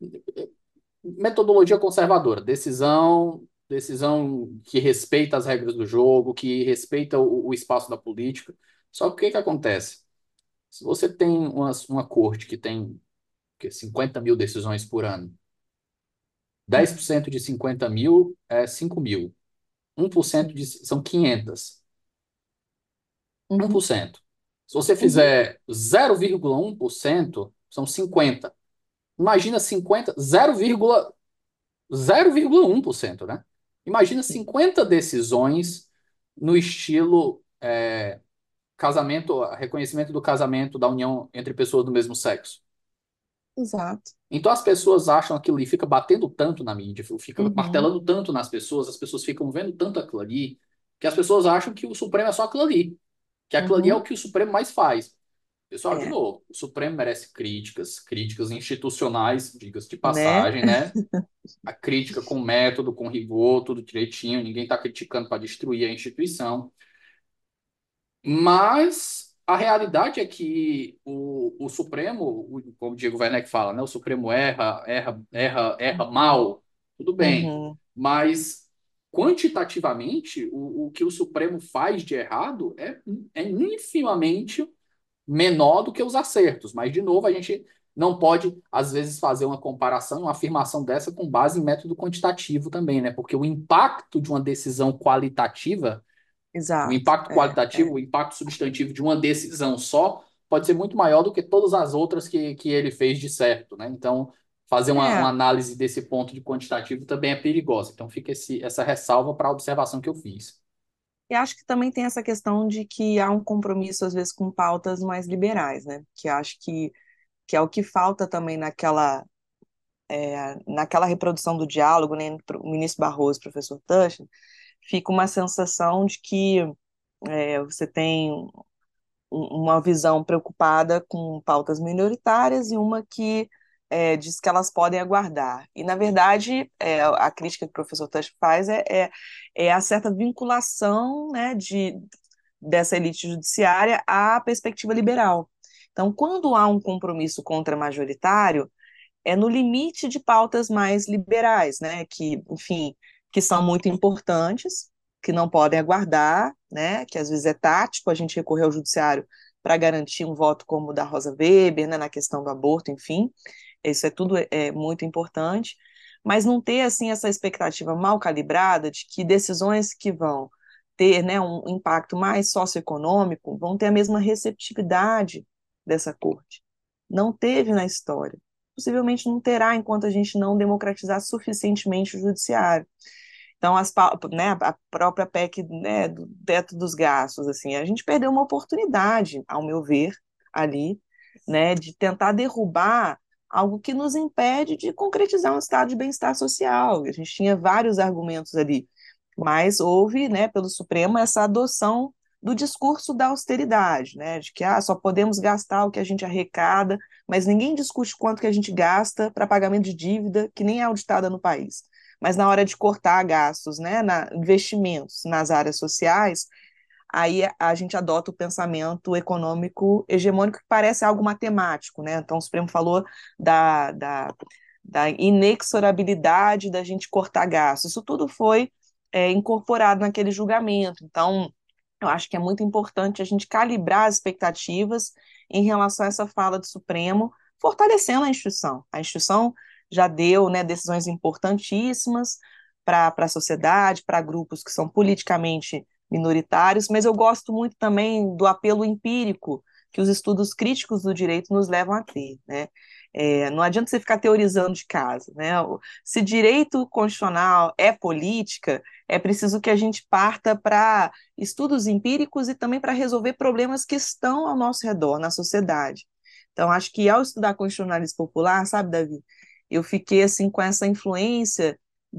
metodologia conservadora, decisão, decisão que respeita as regras do jogo, que respeita o, o espaço da política. Só que o que que acontece? Se você tem uma, uma corte que tem que, cinquenta mil decisões por ano, dez por cento de cinquenta mil é cinco mil, um por cento de, são quinhentas, uhum, um por cento. Se você uhum, fizer zero vírgula um por cento, são cinquenta. Imagina cinquenta, zero vírgula zero vírgula um por cento, né? Imagina sim, cinquenta decisões no estilo é, casamento, reconhecimento do casamento da união entre pessoas do mesmo sexo. Exato. Então as pessoas acham aquilo ali, fica batendo tanto na mídia, fica Uhum, martelando tanto nas pessoas, as pessoas ficam vendo tanto aquilo ali, que as pessoas acham que o Supremo é só aquilo ali, que aquilo ali é o uhum, que o Supremo mais faz. Pessoal, de é, novo, o Supremo merece críticas, críticas institucionais, diga-se de né? passagem, né? A crítica com método, com rigor, tudo direitinho, ninguém está criticando para destruir a instituição. Mas a realidade é que o, o Supremo, o- como o Diego Werneck fala, né? O Supremo erra, erra, erra, erra mal, tudo bem. Uhum, Mas quantitativamente, o, o que o Supremo faz de errado é, é infimamente menor do que os acertos. Mas, de novo, a gente não pode, às vezes, fazer uma comparação, uma afirmação dessa com base em método quantitativo também, né? Porque o impacto de uma decisão qualitativa, o exato. impacto É, qualitativo, é, o impacto substantivo de uma decisão só pode ser muito maior do que todas as outras que, que ele fez de certo, né? Então, fazer uma, uma é, análise desse ponto de quantitativo também é perigosa. Então, fica esse, essa ressalva para a observação que eu fiz. e acho que também tem essa questão de que há um compromisso, às vezes, com pautas mais liberais, né? Que acho que, que é o que falta também naquela, naquela reprodução do diálogo, né, entre o ministro Barroso e o professor Tuxen, fica uma sensação de que é, você tem um- uma visão preocupada com pautas minoritárias e uma que é, diz que elas podem aguardar. E, na verdade, é, a crítica que o professor Tuxen faz é, é, é a certa vinculação, né, de, dessa elite judiciária à perspectiva liberal. Então, quando há um compromisso contra-majoritário, é no limite de pautas mais liberais, né, que, enfim, que são muito importantes, que não podem aguardar, né, que às vezes é tático a gente recorrer ao judiciário para garantir um voto como o da Rosa Weber, né, na questão do aborto, enfim, isso é tudo é, é muito importante, mas não ter, assim, essa expectativa mal calibrada de que decisões que vão ter, né, um impacto mais socioeconômico vão ter a mesma receptividade dessa corte. Não teve na história, possivelmente não terá enquanto a gente não democratizar suficientemente o judiciário. Então, as, né, a própria P E C, né, do teto dos gastos, assim, a gente perdeu uma oportunidade, ao meu ver, ali, né, de tentar derrubar algo que nos impede de concretizar um estado de bem-estar social. A gente tinha vários argumentos ali, mas houve, né, pelo Supremo, essa adoção do discurso da austeridade, né, de que ah, só podemos gastar o que a gente arrecada, mas ninguém discute quanto que a gente gasta para pagamento de dívida que nem é auditada no país. Mas na hora de cortar gastos, né, na, investimentos nas áreas sociais, aí a gente adota o pensamento econômico hegemônico que parece algo matemático, né? Então o Supremo falou da, da, da inexorabilidade da gente cortar gastos. Isso tudo foi é, incorporado naquele julgamento. Então, eu acho que é muito importante a gente calibrar as expectativas em relação a essa fala do Supremo, fortalecendo a instituição. A instituição já deu, né, decisões importantíssimas para a sociedade, para grupos que são politicamente minoritários, mas eu gosto muito também do apelo empírico que os estudos críticos do direito nos levam a ter, né? É, não adianta você ficar teorizando de casa, né? Se direito constitucional é política, é preciso que a gente parta para estudos empíricos e também para resolver problemas que estão ao nosso redor, na sociedade. Então, acho que ao estudar constitucionalismo popular, sabe, Davi, eu fiquei assim com essa influência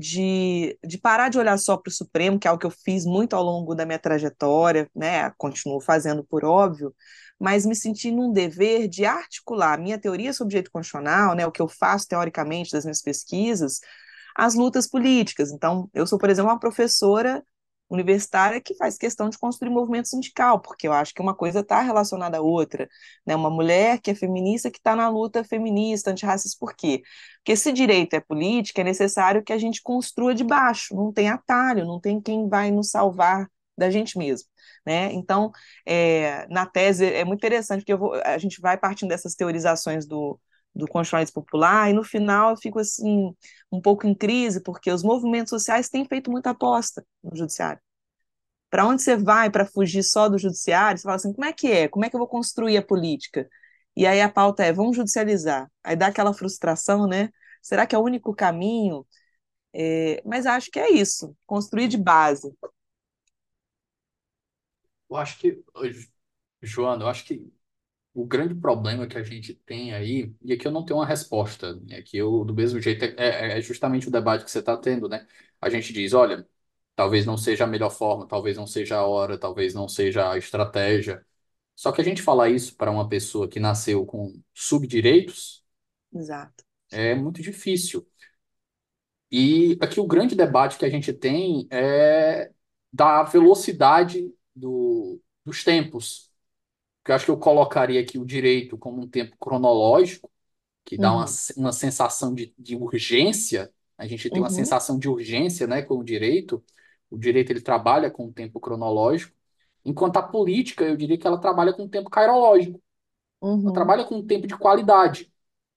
de, de parar de olhar só para o Supremo, que é algo que eu fiz muito ao longo da minha trajetória, né? Continuo fazendo por óbvio, mas me senti num dever de articular a minha teoria sobre direito constitucional, né? O que eu faço teoricamente das minhas pesquisas, às lutas políticas. Então, eu sou, por exemplo, uma professora universitária que faz questão de construir movimento sindical, porque eu acho que uma coisa está relacionada à outra, né? Uma mulher que é feminista que está na luta feminista, antirracista, por quê? Porque se direito é política, é necessário que a gente construa de baixo, não tem atalho, não tem quem vai nos salvar da gente mesmo, né? Então, é, na tese é muito interessante, porque eu vou, a gente vai partindo dessas teorizações do, do constitucionalismo popular, e no final eu fico assim, um pouco em crise, porque os movimentos sociais têm feito muita aposta no judiciário. Para onde você vai para fugir só do judiciário? Você fala assim, como é que é? Como é que eu vou construir a política? E aí a pauta é, vamos judicializar. Aí dá aquela frustração, né? Será que é o único caminho? É, mas acho que é isso, construir de base. Eu acho que, Joana, eu acho que o grande problema que a gente tem aí, e aqui eu não tenho uma resposta, é que eu, do mesmo jeito, é, é é justamente o debate que você está tendo, né? A gente diz, olha, talvez não seja a melhor forma, talvez não seja a hora, talvez não seja a estratégia. Só que a gente falar isso para uma pessoa que nasceu com subdireitos Exato. é muito difícil. E aqui o grande debate que a gente tem é da velocidade do, dos tempos. Que eu acho que eu colocaria aqui o direito como um tempo cronológico, que dá uma, Uhum, uma sensação de, de urgência. A gente tem uma uhum, sensação de urgência, né, com o direito. O direito ele trabalha com o tempo cronológico, enquanto a política, eu diria que ela trabalha com o tempo cairológico. Ela uhum, trabalha com um tempo de qualidade.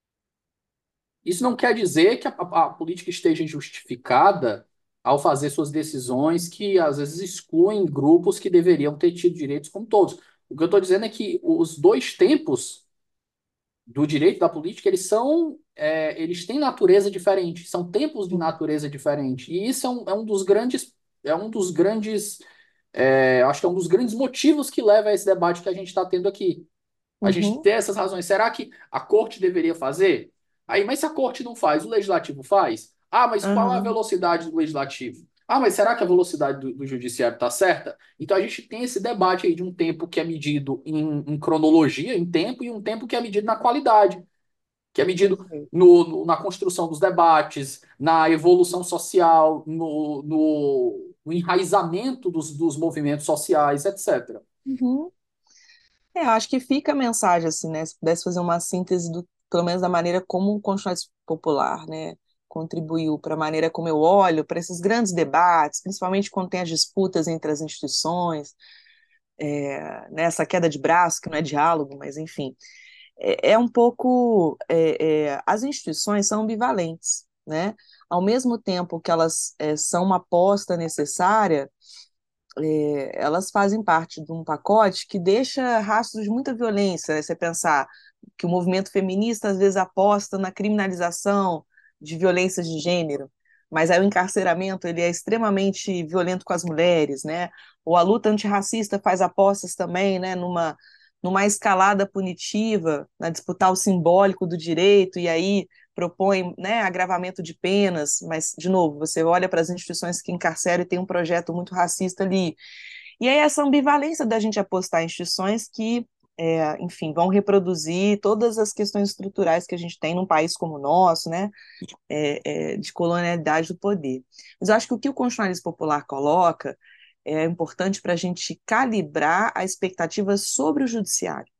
Isso não quer dizer que a, a- a política esteja justificada ao fazer suas decisões que às vezes excluem grupos que deveriam ter tido direitos como todos. O que eu estou dizendo é que os dois tempos do direito da política, eles são, é, eles têm natureza diferente, são tempos de uhum, natureza diferente. E isso é um, é um dos grandes, é um dos grandes, é, acho que é um dos grandes motivos que leva a esse debate que a gente está tendo aqui. A gente uhum, ter essas razões. Será que a corte deveria fazer? Aí, mas se a corte não faz, o legislativo faz? Ah, mas qual é a aham, velocidade do legislativo? Ah, mas será que a velocidade do, do judiciário está certa? Então a gente tem esse debate aí de um tempo que é medido em, em cronologia, em tempo, e um tempo que é medido na qualidade, que é medido perfeito. no, no- na construção dos debates, na evolução social, no, no, no enraizamento dos, dos movimentos sociais, etcétera. Uhum. É, eu acho que fica a mensagem, assim, né? Se pudesse fazer uma síntese do, pelo menos da maneira como o Constitucionalismo Popular, né, contribuiu para a maneira como eu olho para esses grandes debates, principalmente quando tem as disputas entre as instituições, é, né, essa queda de braço, que não é diálogo, mas enfim, é, é um pouco. É, é, as instituições são ambivalentes, né? Ao mesmo tempo que elas é, são uma aposta necessária, é, elas fazem parte de um pacote que deixa rastros de muita violência, né? Você pensar que o movimento feminista às vezes aposta na criminalização de violências de gênero, mas aí o encarceramento ele é extremamente violento com as mulheres, né? Ou a luta antirracista faz apostas também, né, numa numa escalada punitiva, na disputar o simbólico do direito e aí propõe, né, agravamento de penas, mas, de novo, você olha para as instituições que encarceram e tem um projeto muito racista ali. E aí essa ambivalência da gente apostar em instituições que, é, enfim, vão reproduzir todas as questões estruturais que a gente tem num país como o nosso, né, é, é, de colonialidade do poder. Mas eu acho que o que o constitucionalismo popular coloca é importante para a gente calibrar a expectativa sobre o judiciário.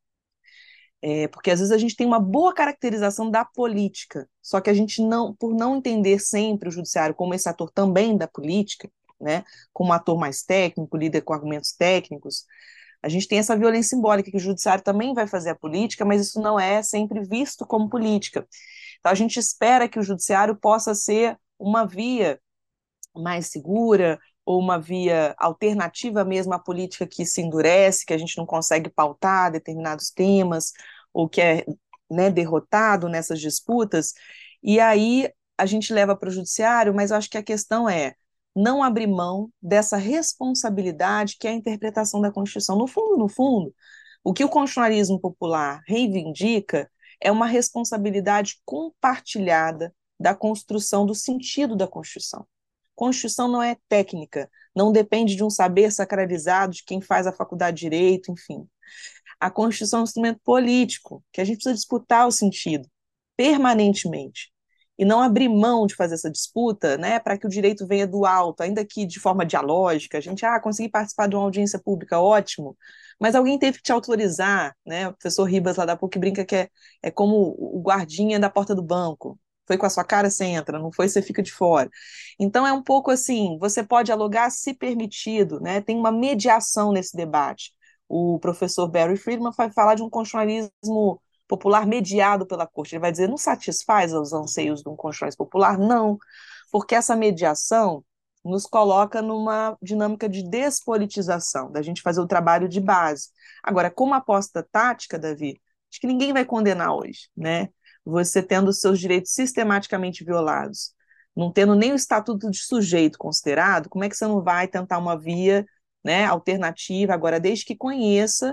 É, porque às vezes a gente tem uma boa caracterização da política, só que a gente não, por não entender sempre o judiciário como esse ator também da política, né, como um ator mais técnico, líder com argumentos técnicos, a gente tem essa violência simbólica que o judiciário também vai fazer a política, mas isso não é sempre visto como política. Então a gente espera que o judiciário possa ser uma via mais segura ou uma via alternativa mesmo à política que se endurece, que a gente não consegue pautar determinados temas, ou que é, né, derrotado nessas disputas, e aí a gente leva para o judiciário, mas eu acho que a questão é não abrir mão dessa responsabilidade que é a interpretação da Constituição. No fundo, no fundo, o que o constitucionalismo popular reivindica é uma responsabilidade compartilhada da construção do sentido da Constituição. Constituição não é técnica, não depende de um saber sacralizado de quem faz a faculdade de direito, enfim. A Constituição é um instrumento político, que a gente precisa disputar o sentido permanentemente. E não abrir mão de fazer essa disputa, né, para que o direito venha do alto, ainda que de forma dialógica. A gente, ah, consegui participar de uma audiência pública, ótimo, mas alguém teve que te autorizar, né? O professor Ribas lá da P U C brinca que é, é como o guardinha da porta do banco. Foi com a sua cara, você entra, não foi, você fica de fora. Então é um pouco assim, você pode dialogar se permitido, né? Tem uma mediação nesse debate. O professor Barry Friedman vai falar de um constitucionalismo popular mediado pela corte. Ele vai dizer, não satisfaz os anseios de um constitucionalismo popular? Não, porque essa mediação nos coloca numa dinâmica de despolitização, da gente fazer o trabalho de base. Agora, como aposta tática, Davi, acho que ninguém vai condenar hoje, né? Você tendo os seus direitos sistematicamente violados, não tendo nem o estatuto de sujeito considerado, como é que você não vai tentar uma via, né, alternativa, agora, desde que conheça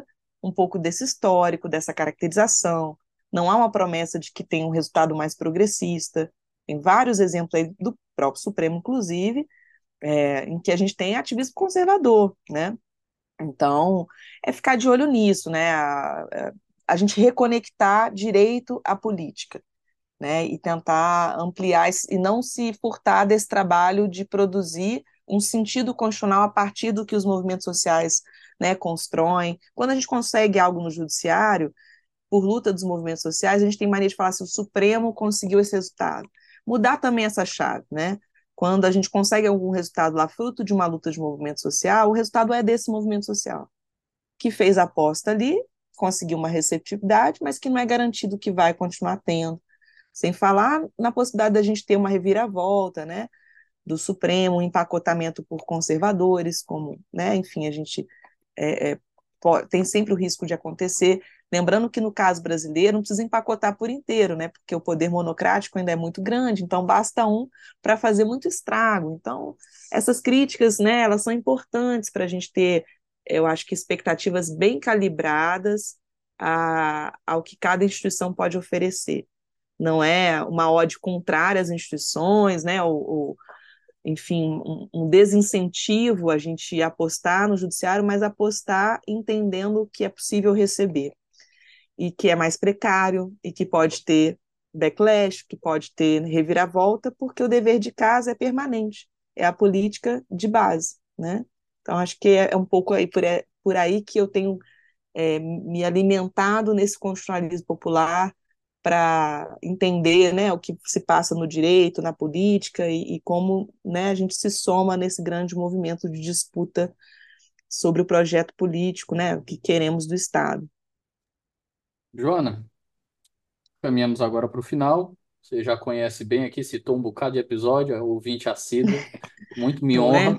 um pouco desse histórico, dessa caracterização. Não há uma promessa de que tem um resultado mais progressista. Tem vários exemplos aí do próprio Supremo, inclusive, é, em que a gente tem ativismo conservador, né? Então, é ficar de olho nisso, né? A, a, a gente reconectar direito à política, né? E tentar ampliar esse- e não se furtar desse trabalho de produzir um sentido constitucional a partir do que os movimentos sociais, né, constroem. Quando a gente consegue algo no judiciário, por luta dos movimentos sociais, a gente tem mania de falar se o Supremo conseguiu esse resultado. Mudar também essa chave, né? Quando a gente consegue algum resultado lá fruto de uma luta de movimento social, o resultado é desse movimento social, que fez a aposta ali, conseguiu uma receptividade, mas que não é garantido que vai continuar tendo. Sem falar na possibilidade da gente ter uma reviravolta, né, do Supremo, um empacotamento por conservadores, como, né, enfim, a gente é, é, tem sempre o risco de acontecer. Lembrando que no caso brasileiro não precisa empacotar por inteiro, né, porque o poder monocrático ainda é muito grande, então basta um para fazer muito estrago. Então, essas críticas, né, elas são importantes para a gente ter, eu acho que expectativas bem calibradas a, ao que cada instituição pode oferecer. Não é uma ode contrária às instituições, né, ou, ou enfim, um, um desincentivo a gente apostar no judiciário, mas apostar entendendo que é possível receber e que é mais precário e que pode ter backlash, que pode ter reviravolta, porque o dever de casa é permanente, é a política de base, né? Então, acho que é um pouco aí por, por aí que eu tenho é, me alimentado nesse constitucionalismo popular para entender, né, o que se passa no direito, na política e, e como, né, a gente se soma nesse grande movimento de disputa sobre o projeto político, né, o que queremos do Estado. Joana, caminhamos agora para o final. Você já conhece bem aqui, citou um bocado de episódio, é ouvinte assíduo, muito me Não é? honra.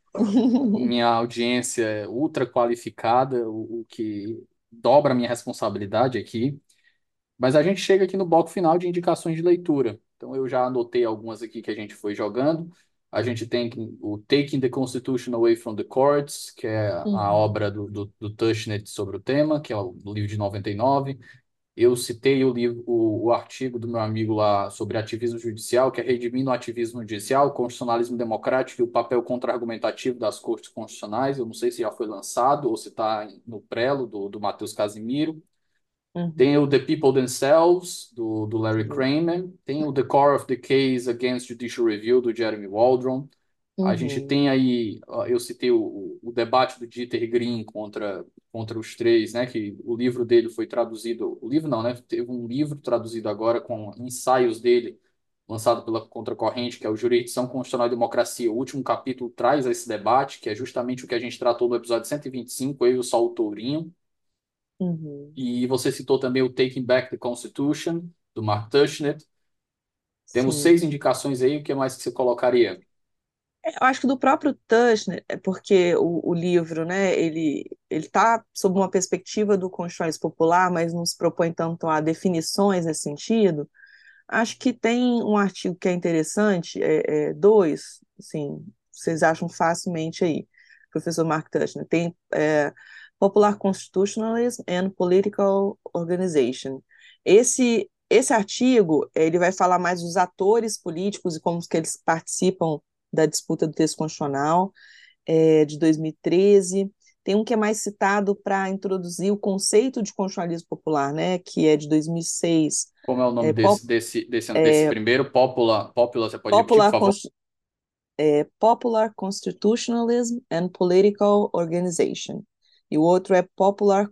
Minha audiência é ultra qualificada, o, o que dobra a minha responsabilidade aqui. Mas a gente chega aqui no bloco final de indicações de leitura. Então eu já anotei algumas aqui que a gente foi jogando. A gente tem o Taking the Constitution Away from the Courts, que é a Uhum, obra do, do, do Tushnet sobre o tema, que é o livro de noventa e nove. Eu citei o livro, o, o artigo do meu amigo lá sobre ativismo judicial, que é Redimindo o Ativismo Judicial, Constitucionalismo Democrático e o Papel Contra-Argumentativo das Cortes Constitucionais. Eu não sei se já foi lançado ou se está no prelo do, do Matheus Casimiro. Tem uhum, o The People Themselves, do, do Larry Kramer. Tem o The Core of the Case Against Judicial Review, do Jeremy Waldron. A gente uhum, tem aí, ó, eu citei o, o debate do Dieter Green contra, contra os três, né? Que o livro dele foi traduzido, o livro não, né? Teve um livro traduzido agora com ensaios dele, lançado pela Contracorrente, que é o Jurisdição Constitucional e Democracia. O último capítulo traz esse debate, que é justamente o que a gente tratou no episódio cento e vinte e cinco, eu e o Saulo Tourinho. uhum. E você citou também o Taking Back the Constitution, do Mark Tushnet. Temos Sim. seis indicações aí, o que mais que você colocaria? Eu acho que do próprio Tushnet, é porque o, o livro, né, ele ele está sob uma perspectiva do constitucionalismo popular, mas não se propõe tanto a definições nesse sentido. Acho que tem um artigo que é interessante, é, é, dois, assim, vocês acham facilmente aí, professor Mark Tushnet, tem é, Popular Constitutionalism and Political Organization. Esse, esse artigo, ele vai falar mais dos atores políticos e como que eles participam da disputa do texto constitucional, é, de dois mil e treze. Tem um que é mais citado para introduzir o conceito de constitucionalismo popular, né, que é de dois mil e seis, Como é o nome é, desse, desse, desse, desse primeiro? Popular, Popular, você pode repetir, por Popular, favor? é, Popular Constitutionalism and Political Organization. E o outro é Popular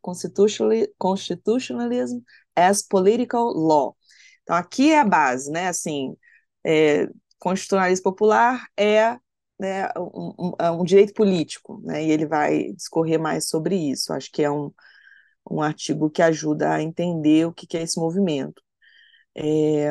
Constitutionalism as Political Law. Então, aqui é a base, né? Assim, é, constitucionalismo popular é, né, um, um, é um direito político, né? E ele vai discorrer mais sobre isso. Acho que é um, um artigo que ajuda a entender o que, que é esse movimento. É,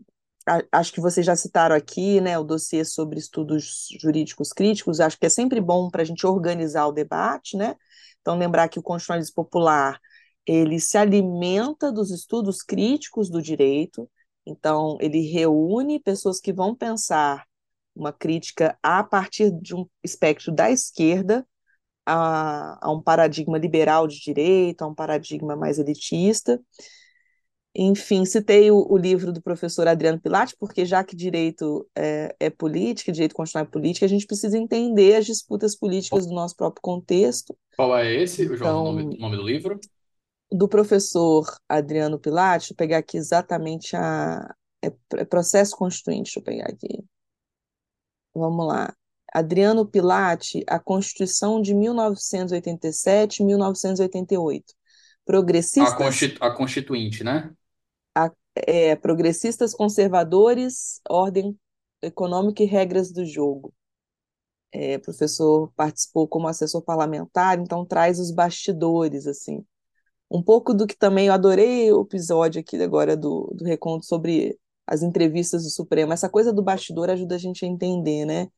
acho que vocês já citaram aqui, né, o dossiê sobre estudos jurídicos críticos. Acho que é sempre bom para a gente organizar o debate, né? Então, lembrar que o constitucionalismo popular ele se alimenta dos estudos críticos do direito. Então, ele reúne pessoas que vão pensar uma crítica a partir de um espectro da esquerda, a, a um paradigma liberal de direito, a um paradigma mais elitista. Enfim, citei o, o livro do professor Adriano Pilati, porque já que direito é, é política, direito constitucional é política, a gente precisa entender as disputas políticas do nosso próprio contexto. Qual é esse, o João, o nome, Então, o nome do livro? do professor Adriano Pilati, deixa eu pegar aqui exatamente a. É, é processo constituinte, deixa eu pegar aqui. Vamos lá. Adriano Pilati, a Constituição de mil novecentos e oitenta e sete, mil novecentos e oitenta e oito. A, Progressistas, constitu, a Constituinte, né? a- é, progressistas conservadores, ordem econômica e regras do jogo. É, o professor participou como assessor parlamentar, então traz os bastidores, assim. Um pouco do que também eu adorei o episódio aqui agora do, do Reconto sobre as entrevistas do Supremo. Essa coisa do bastidor ajuda a gente a entender, né?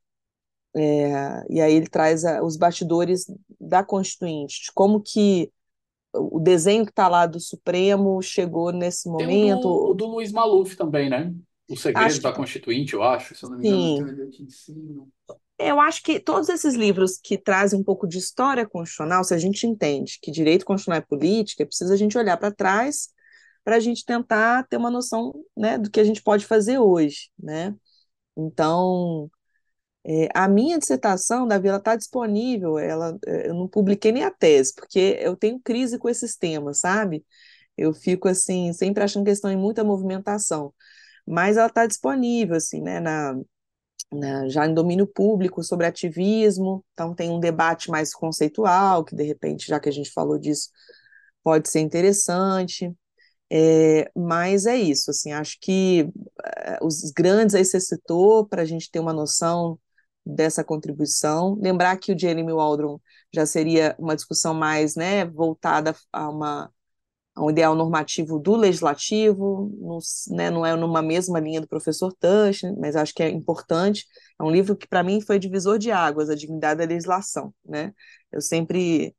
É, e aí ele traz a, os bastidores da Constituinte, de como que o desenho que está lá do Supremo chegou nesse Tem o do, o momento. do Luiz Maluf também, né? Os Acho Segredos da que Constituinte, eu acho, se eu não me engano, eu tenho sim. ele aqui em cima. Eu acho que todos esses livros que trazem um pouco de história constitucional, se a gente entende que direito constitucional é política, precisa a gente olhar para trás para a gente tentar ter uma noção, né, do que a gente pode fazer hoje, né? Então, é, a minha dissertação, Davi, ela está disponível, ela, é, eu não publiquei nem a tese, porque eu tenho crise com esses temas, sabe? Eu fico, assim, sempre achando que eles estão em muita movimentação, mas ela está disponível, assim, né, na, na- já em domínio público sobre ativismo, então tem um debate mais conceitual, que de repente, já que a gente falou disso, pode ser interessante. É, mas é isso, assim, acho que eh, os grandes aí você citou para a gente ter uma noção dessa contribuição. Lembrar que o Jeremy Waldron já seria uma discussão mais, né, voltada a, uma, a um ideal normativo do legislativo, não, né, não é numa mesma linha do professor Tush, mas acho que é importante. É um livro que, para mim, foi divisor de águas, A Dignidade da Legislação. Né? Eu sempre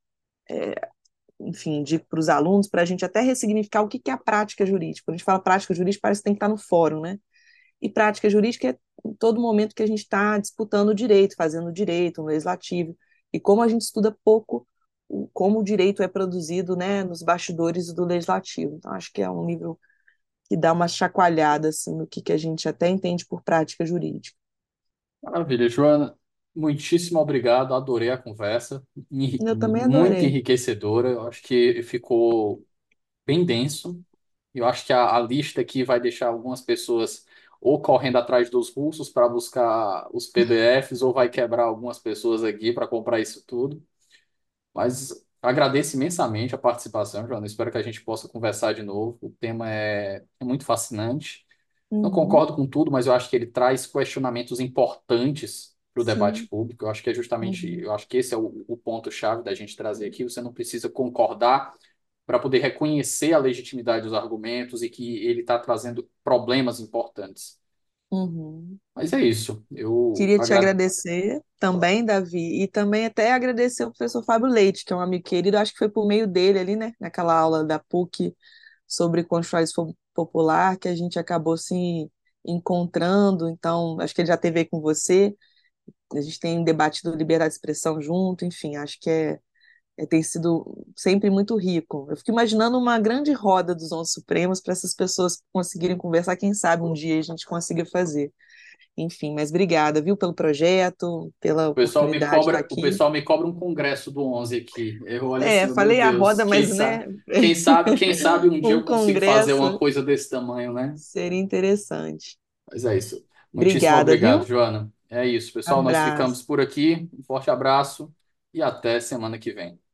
enfim, digo para os alunos, para a gente até ressignificar o que que é a prática jurídica. Quando a gente fala prática jurídica, parece que tem que estar no fórum, né? E prática jurídica é em todo momento que a gente está disputando o direito, fazendo o direito, no legislativo, e como a gente estuda pouco o- como o direito é produzido, né, nos bastidores do legislativo. Então, acho que é um livro que dá uma chacoalhada, assim, no que que a gente até entende por prática jurídica. Maravilha, Joana. Muitíssimo obrigado, adorei a conversa, enri- Eu também muito adorei. enriquecedora. Eu acho que ficou bem denso. Eu acho que a, a lista aqui vai deixar algumas pessoas ou correndo atrás dos russos para buscar os P D Fs, ou vai quebrar algumas pessoas aqui para comprar isso tudo. Mas agradeço imensamente a participação, Joana. Espero que a gente possa conversar de novo. O tema é, é muito fascinante. Não Uhum, concordo com tudo, mas eu acho que ele traz questionamentos importantes para o debate sim. público. Eu acho que é justamente, Uhum, eu acho que esse é o, o ponto-chave da gente trazer aqui. Você não precisa concordar para poder reconhecer a legitimidade dos argumentos e que ele está trazendo problemas importantes. uhum. Mas é isso. Eu Queria te agradeço. agradecer também, Davi, e também até agradecer ao professor Fábio Leite, que é um amigo querido, acho que foi por meio dele ali, né, naquela aula da PUC sobre Constitucionalismo Popular, que a gente acabou se encontrando, então acho que ele já teve aí com você, a gente tem debatido liberdade de expressão junto, enfim, acho que é, é- tem sido sempre muito rico. Eu fico imaginando uma grande roda dos onze Supremos para essas pessoas conseguirem conversar, quem sabe um dia a gente consiga fazer. Enfim, mas obrigada, viu, pelo projeto, pela O pessoal me oportunidade de estar cobra, o aqui. pessoal me cobra um congresso do onze aqui. Eu olho É, assim, meu falei a Deus, roda, quem mas, sabe, né, quem sabe, quem sabe um dia um eu consigo fazer uma congresso coisa desse tamanho, né? seria interessante. Mas é isso. Muitíssimo Obrigada, obrigado, viu? Joana. É isso, pessoal. Nós ficamos Abraço. por aqui. Um forte abraço e até semana que vem.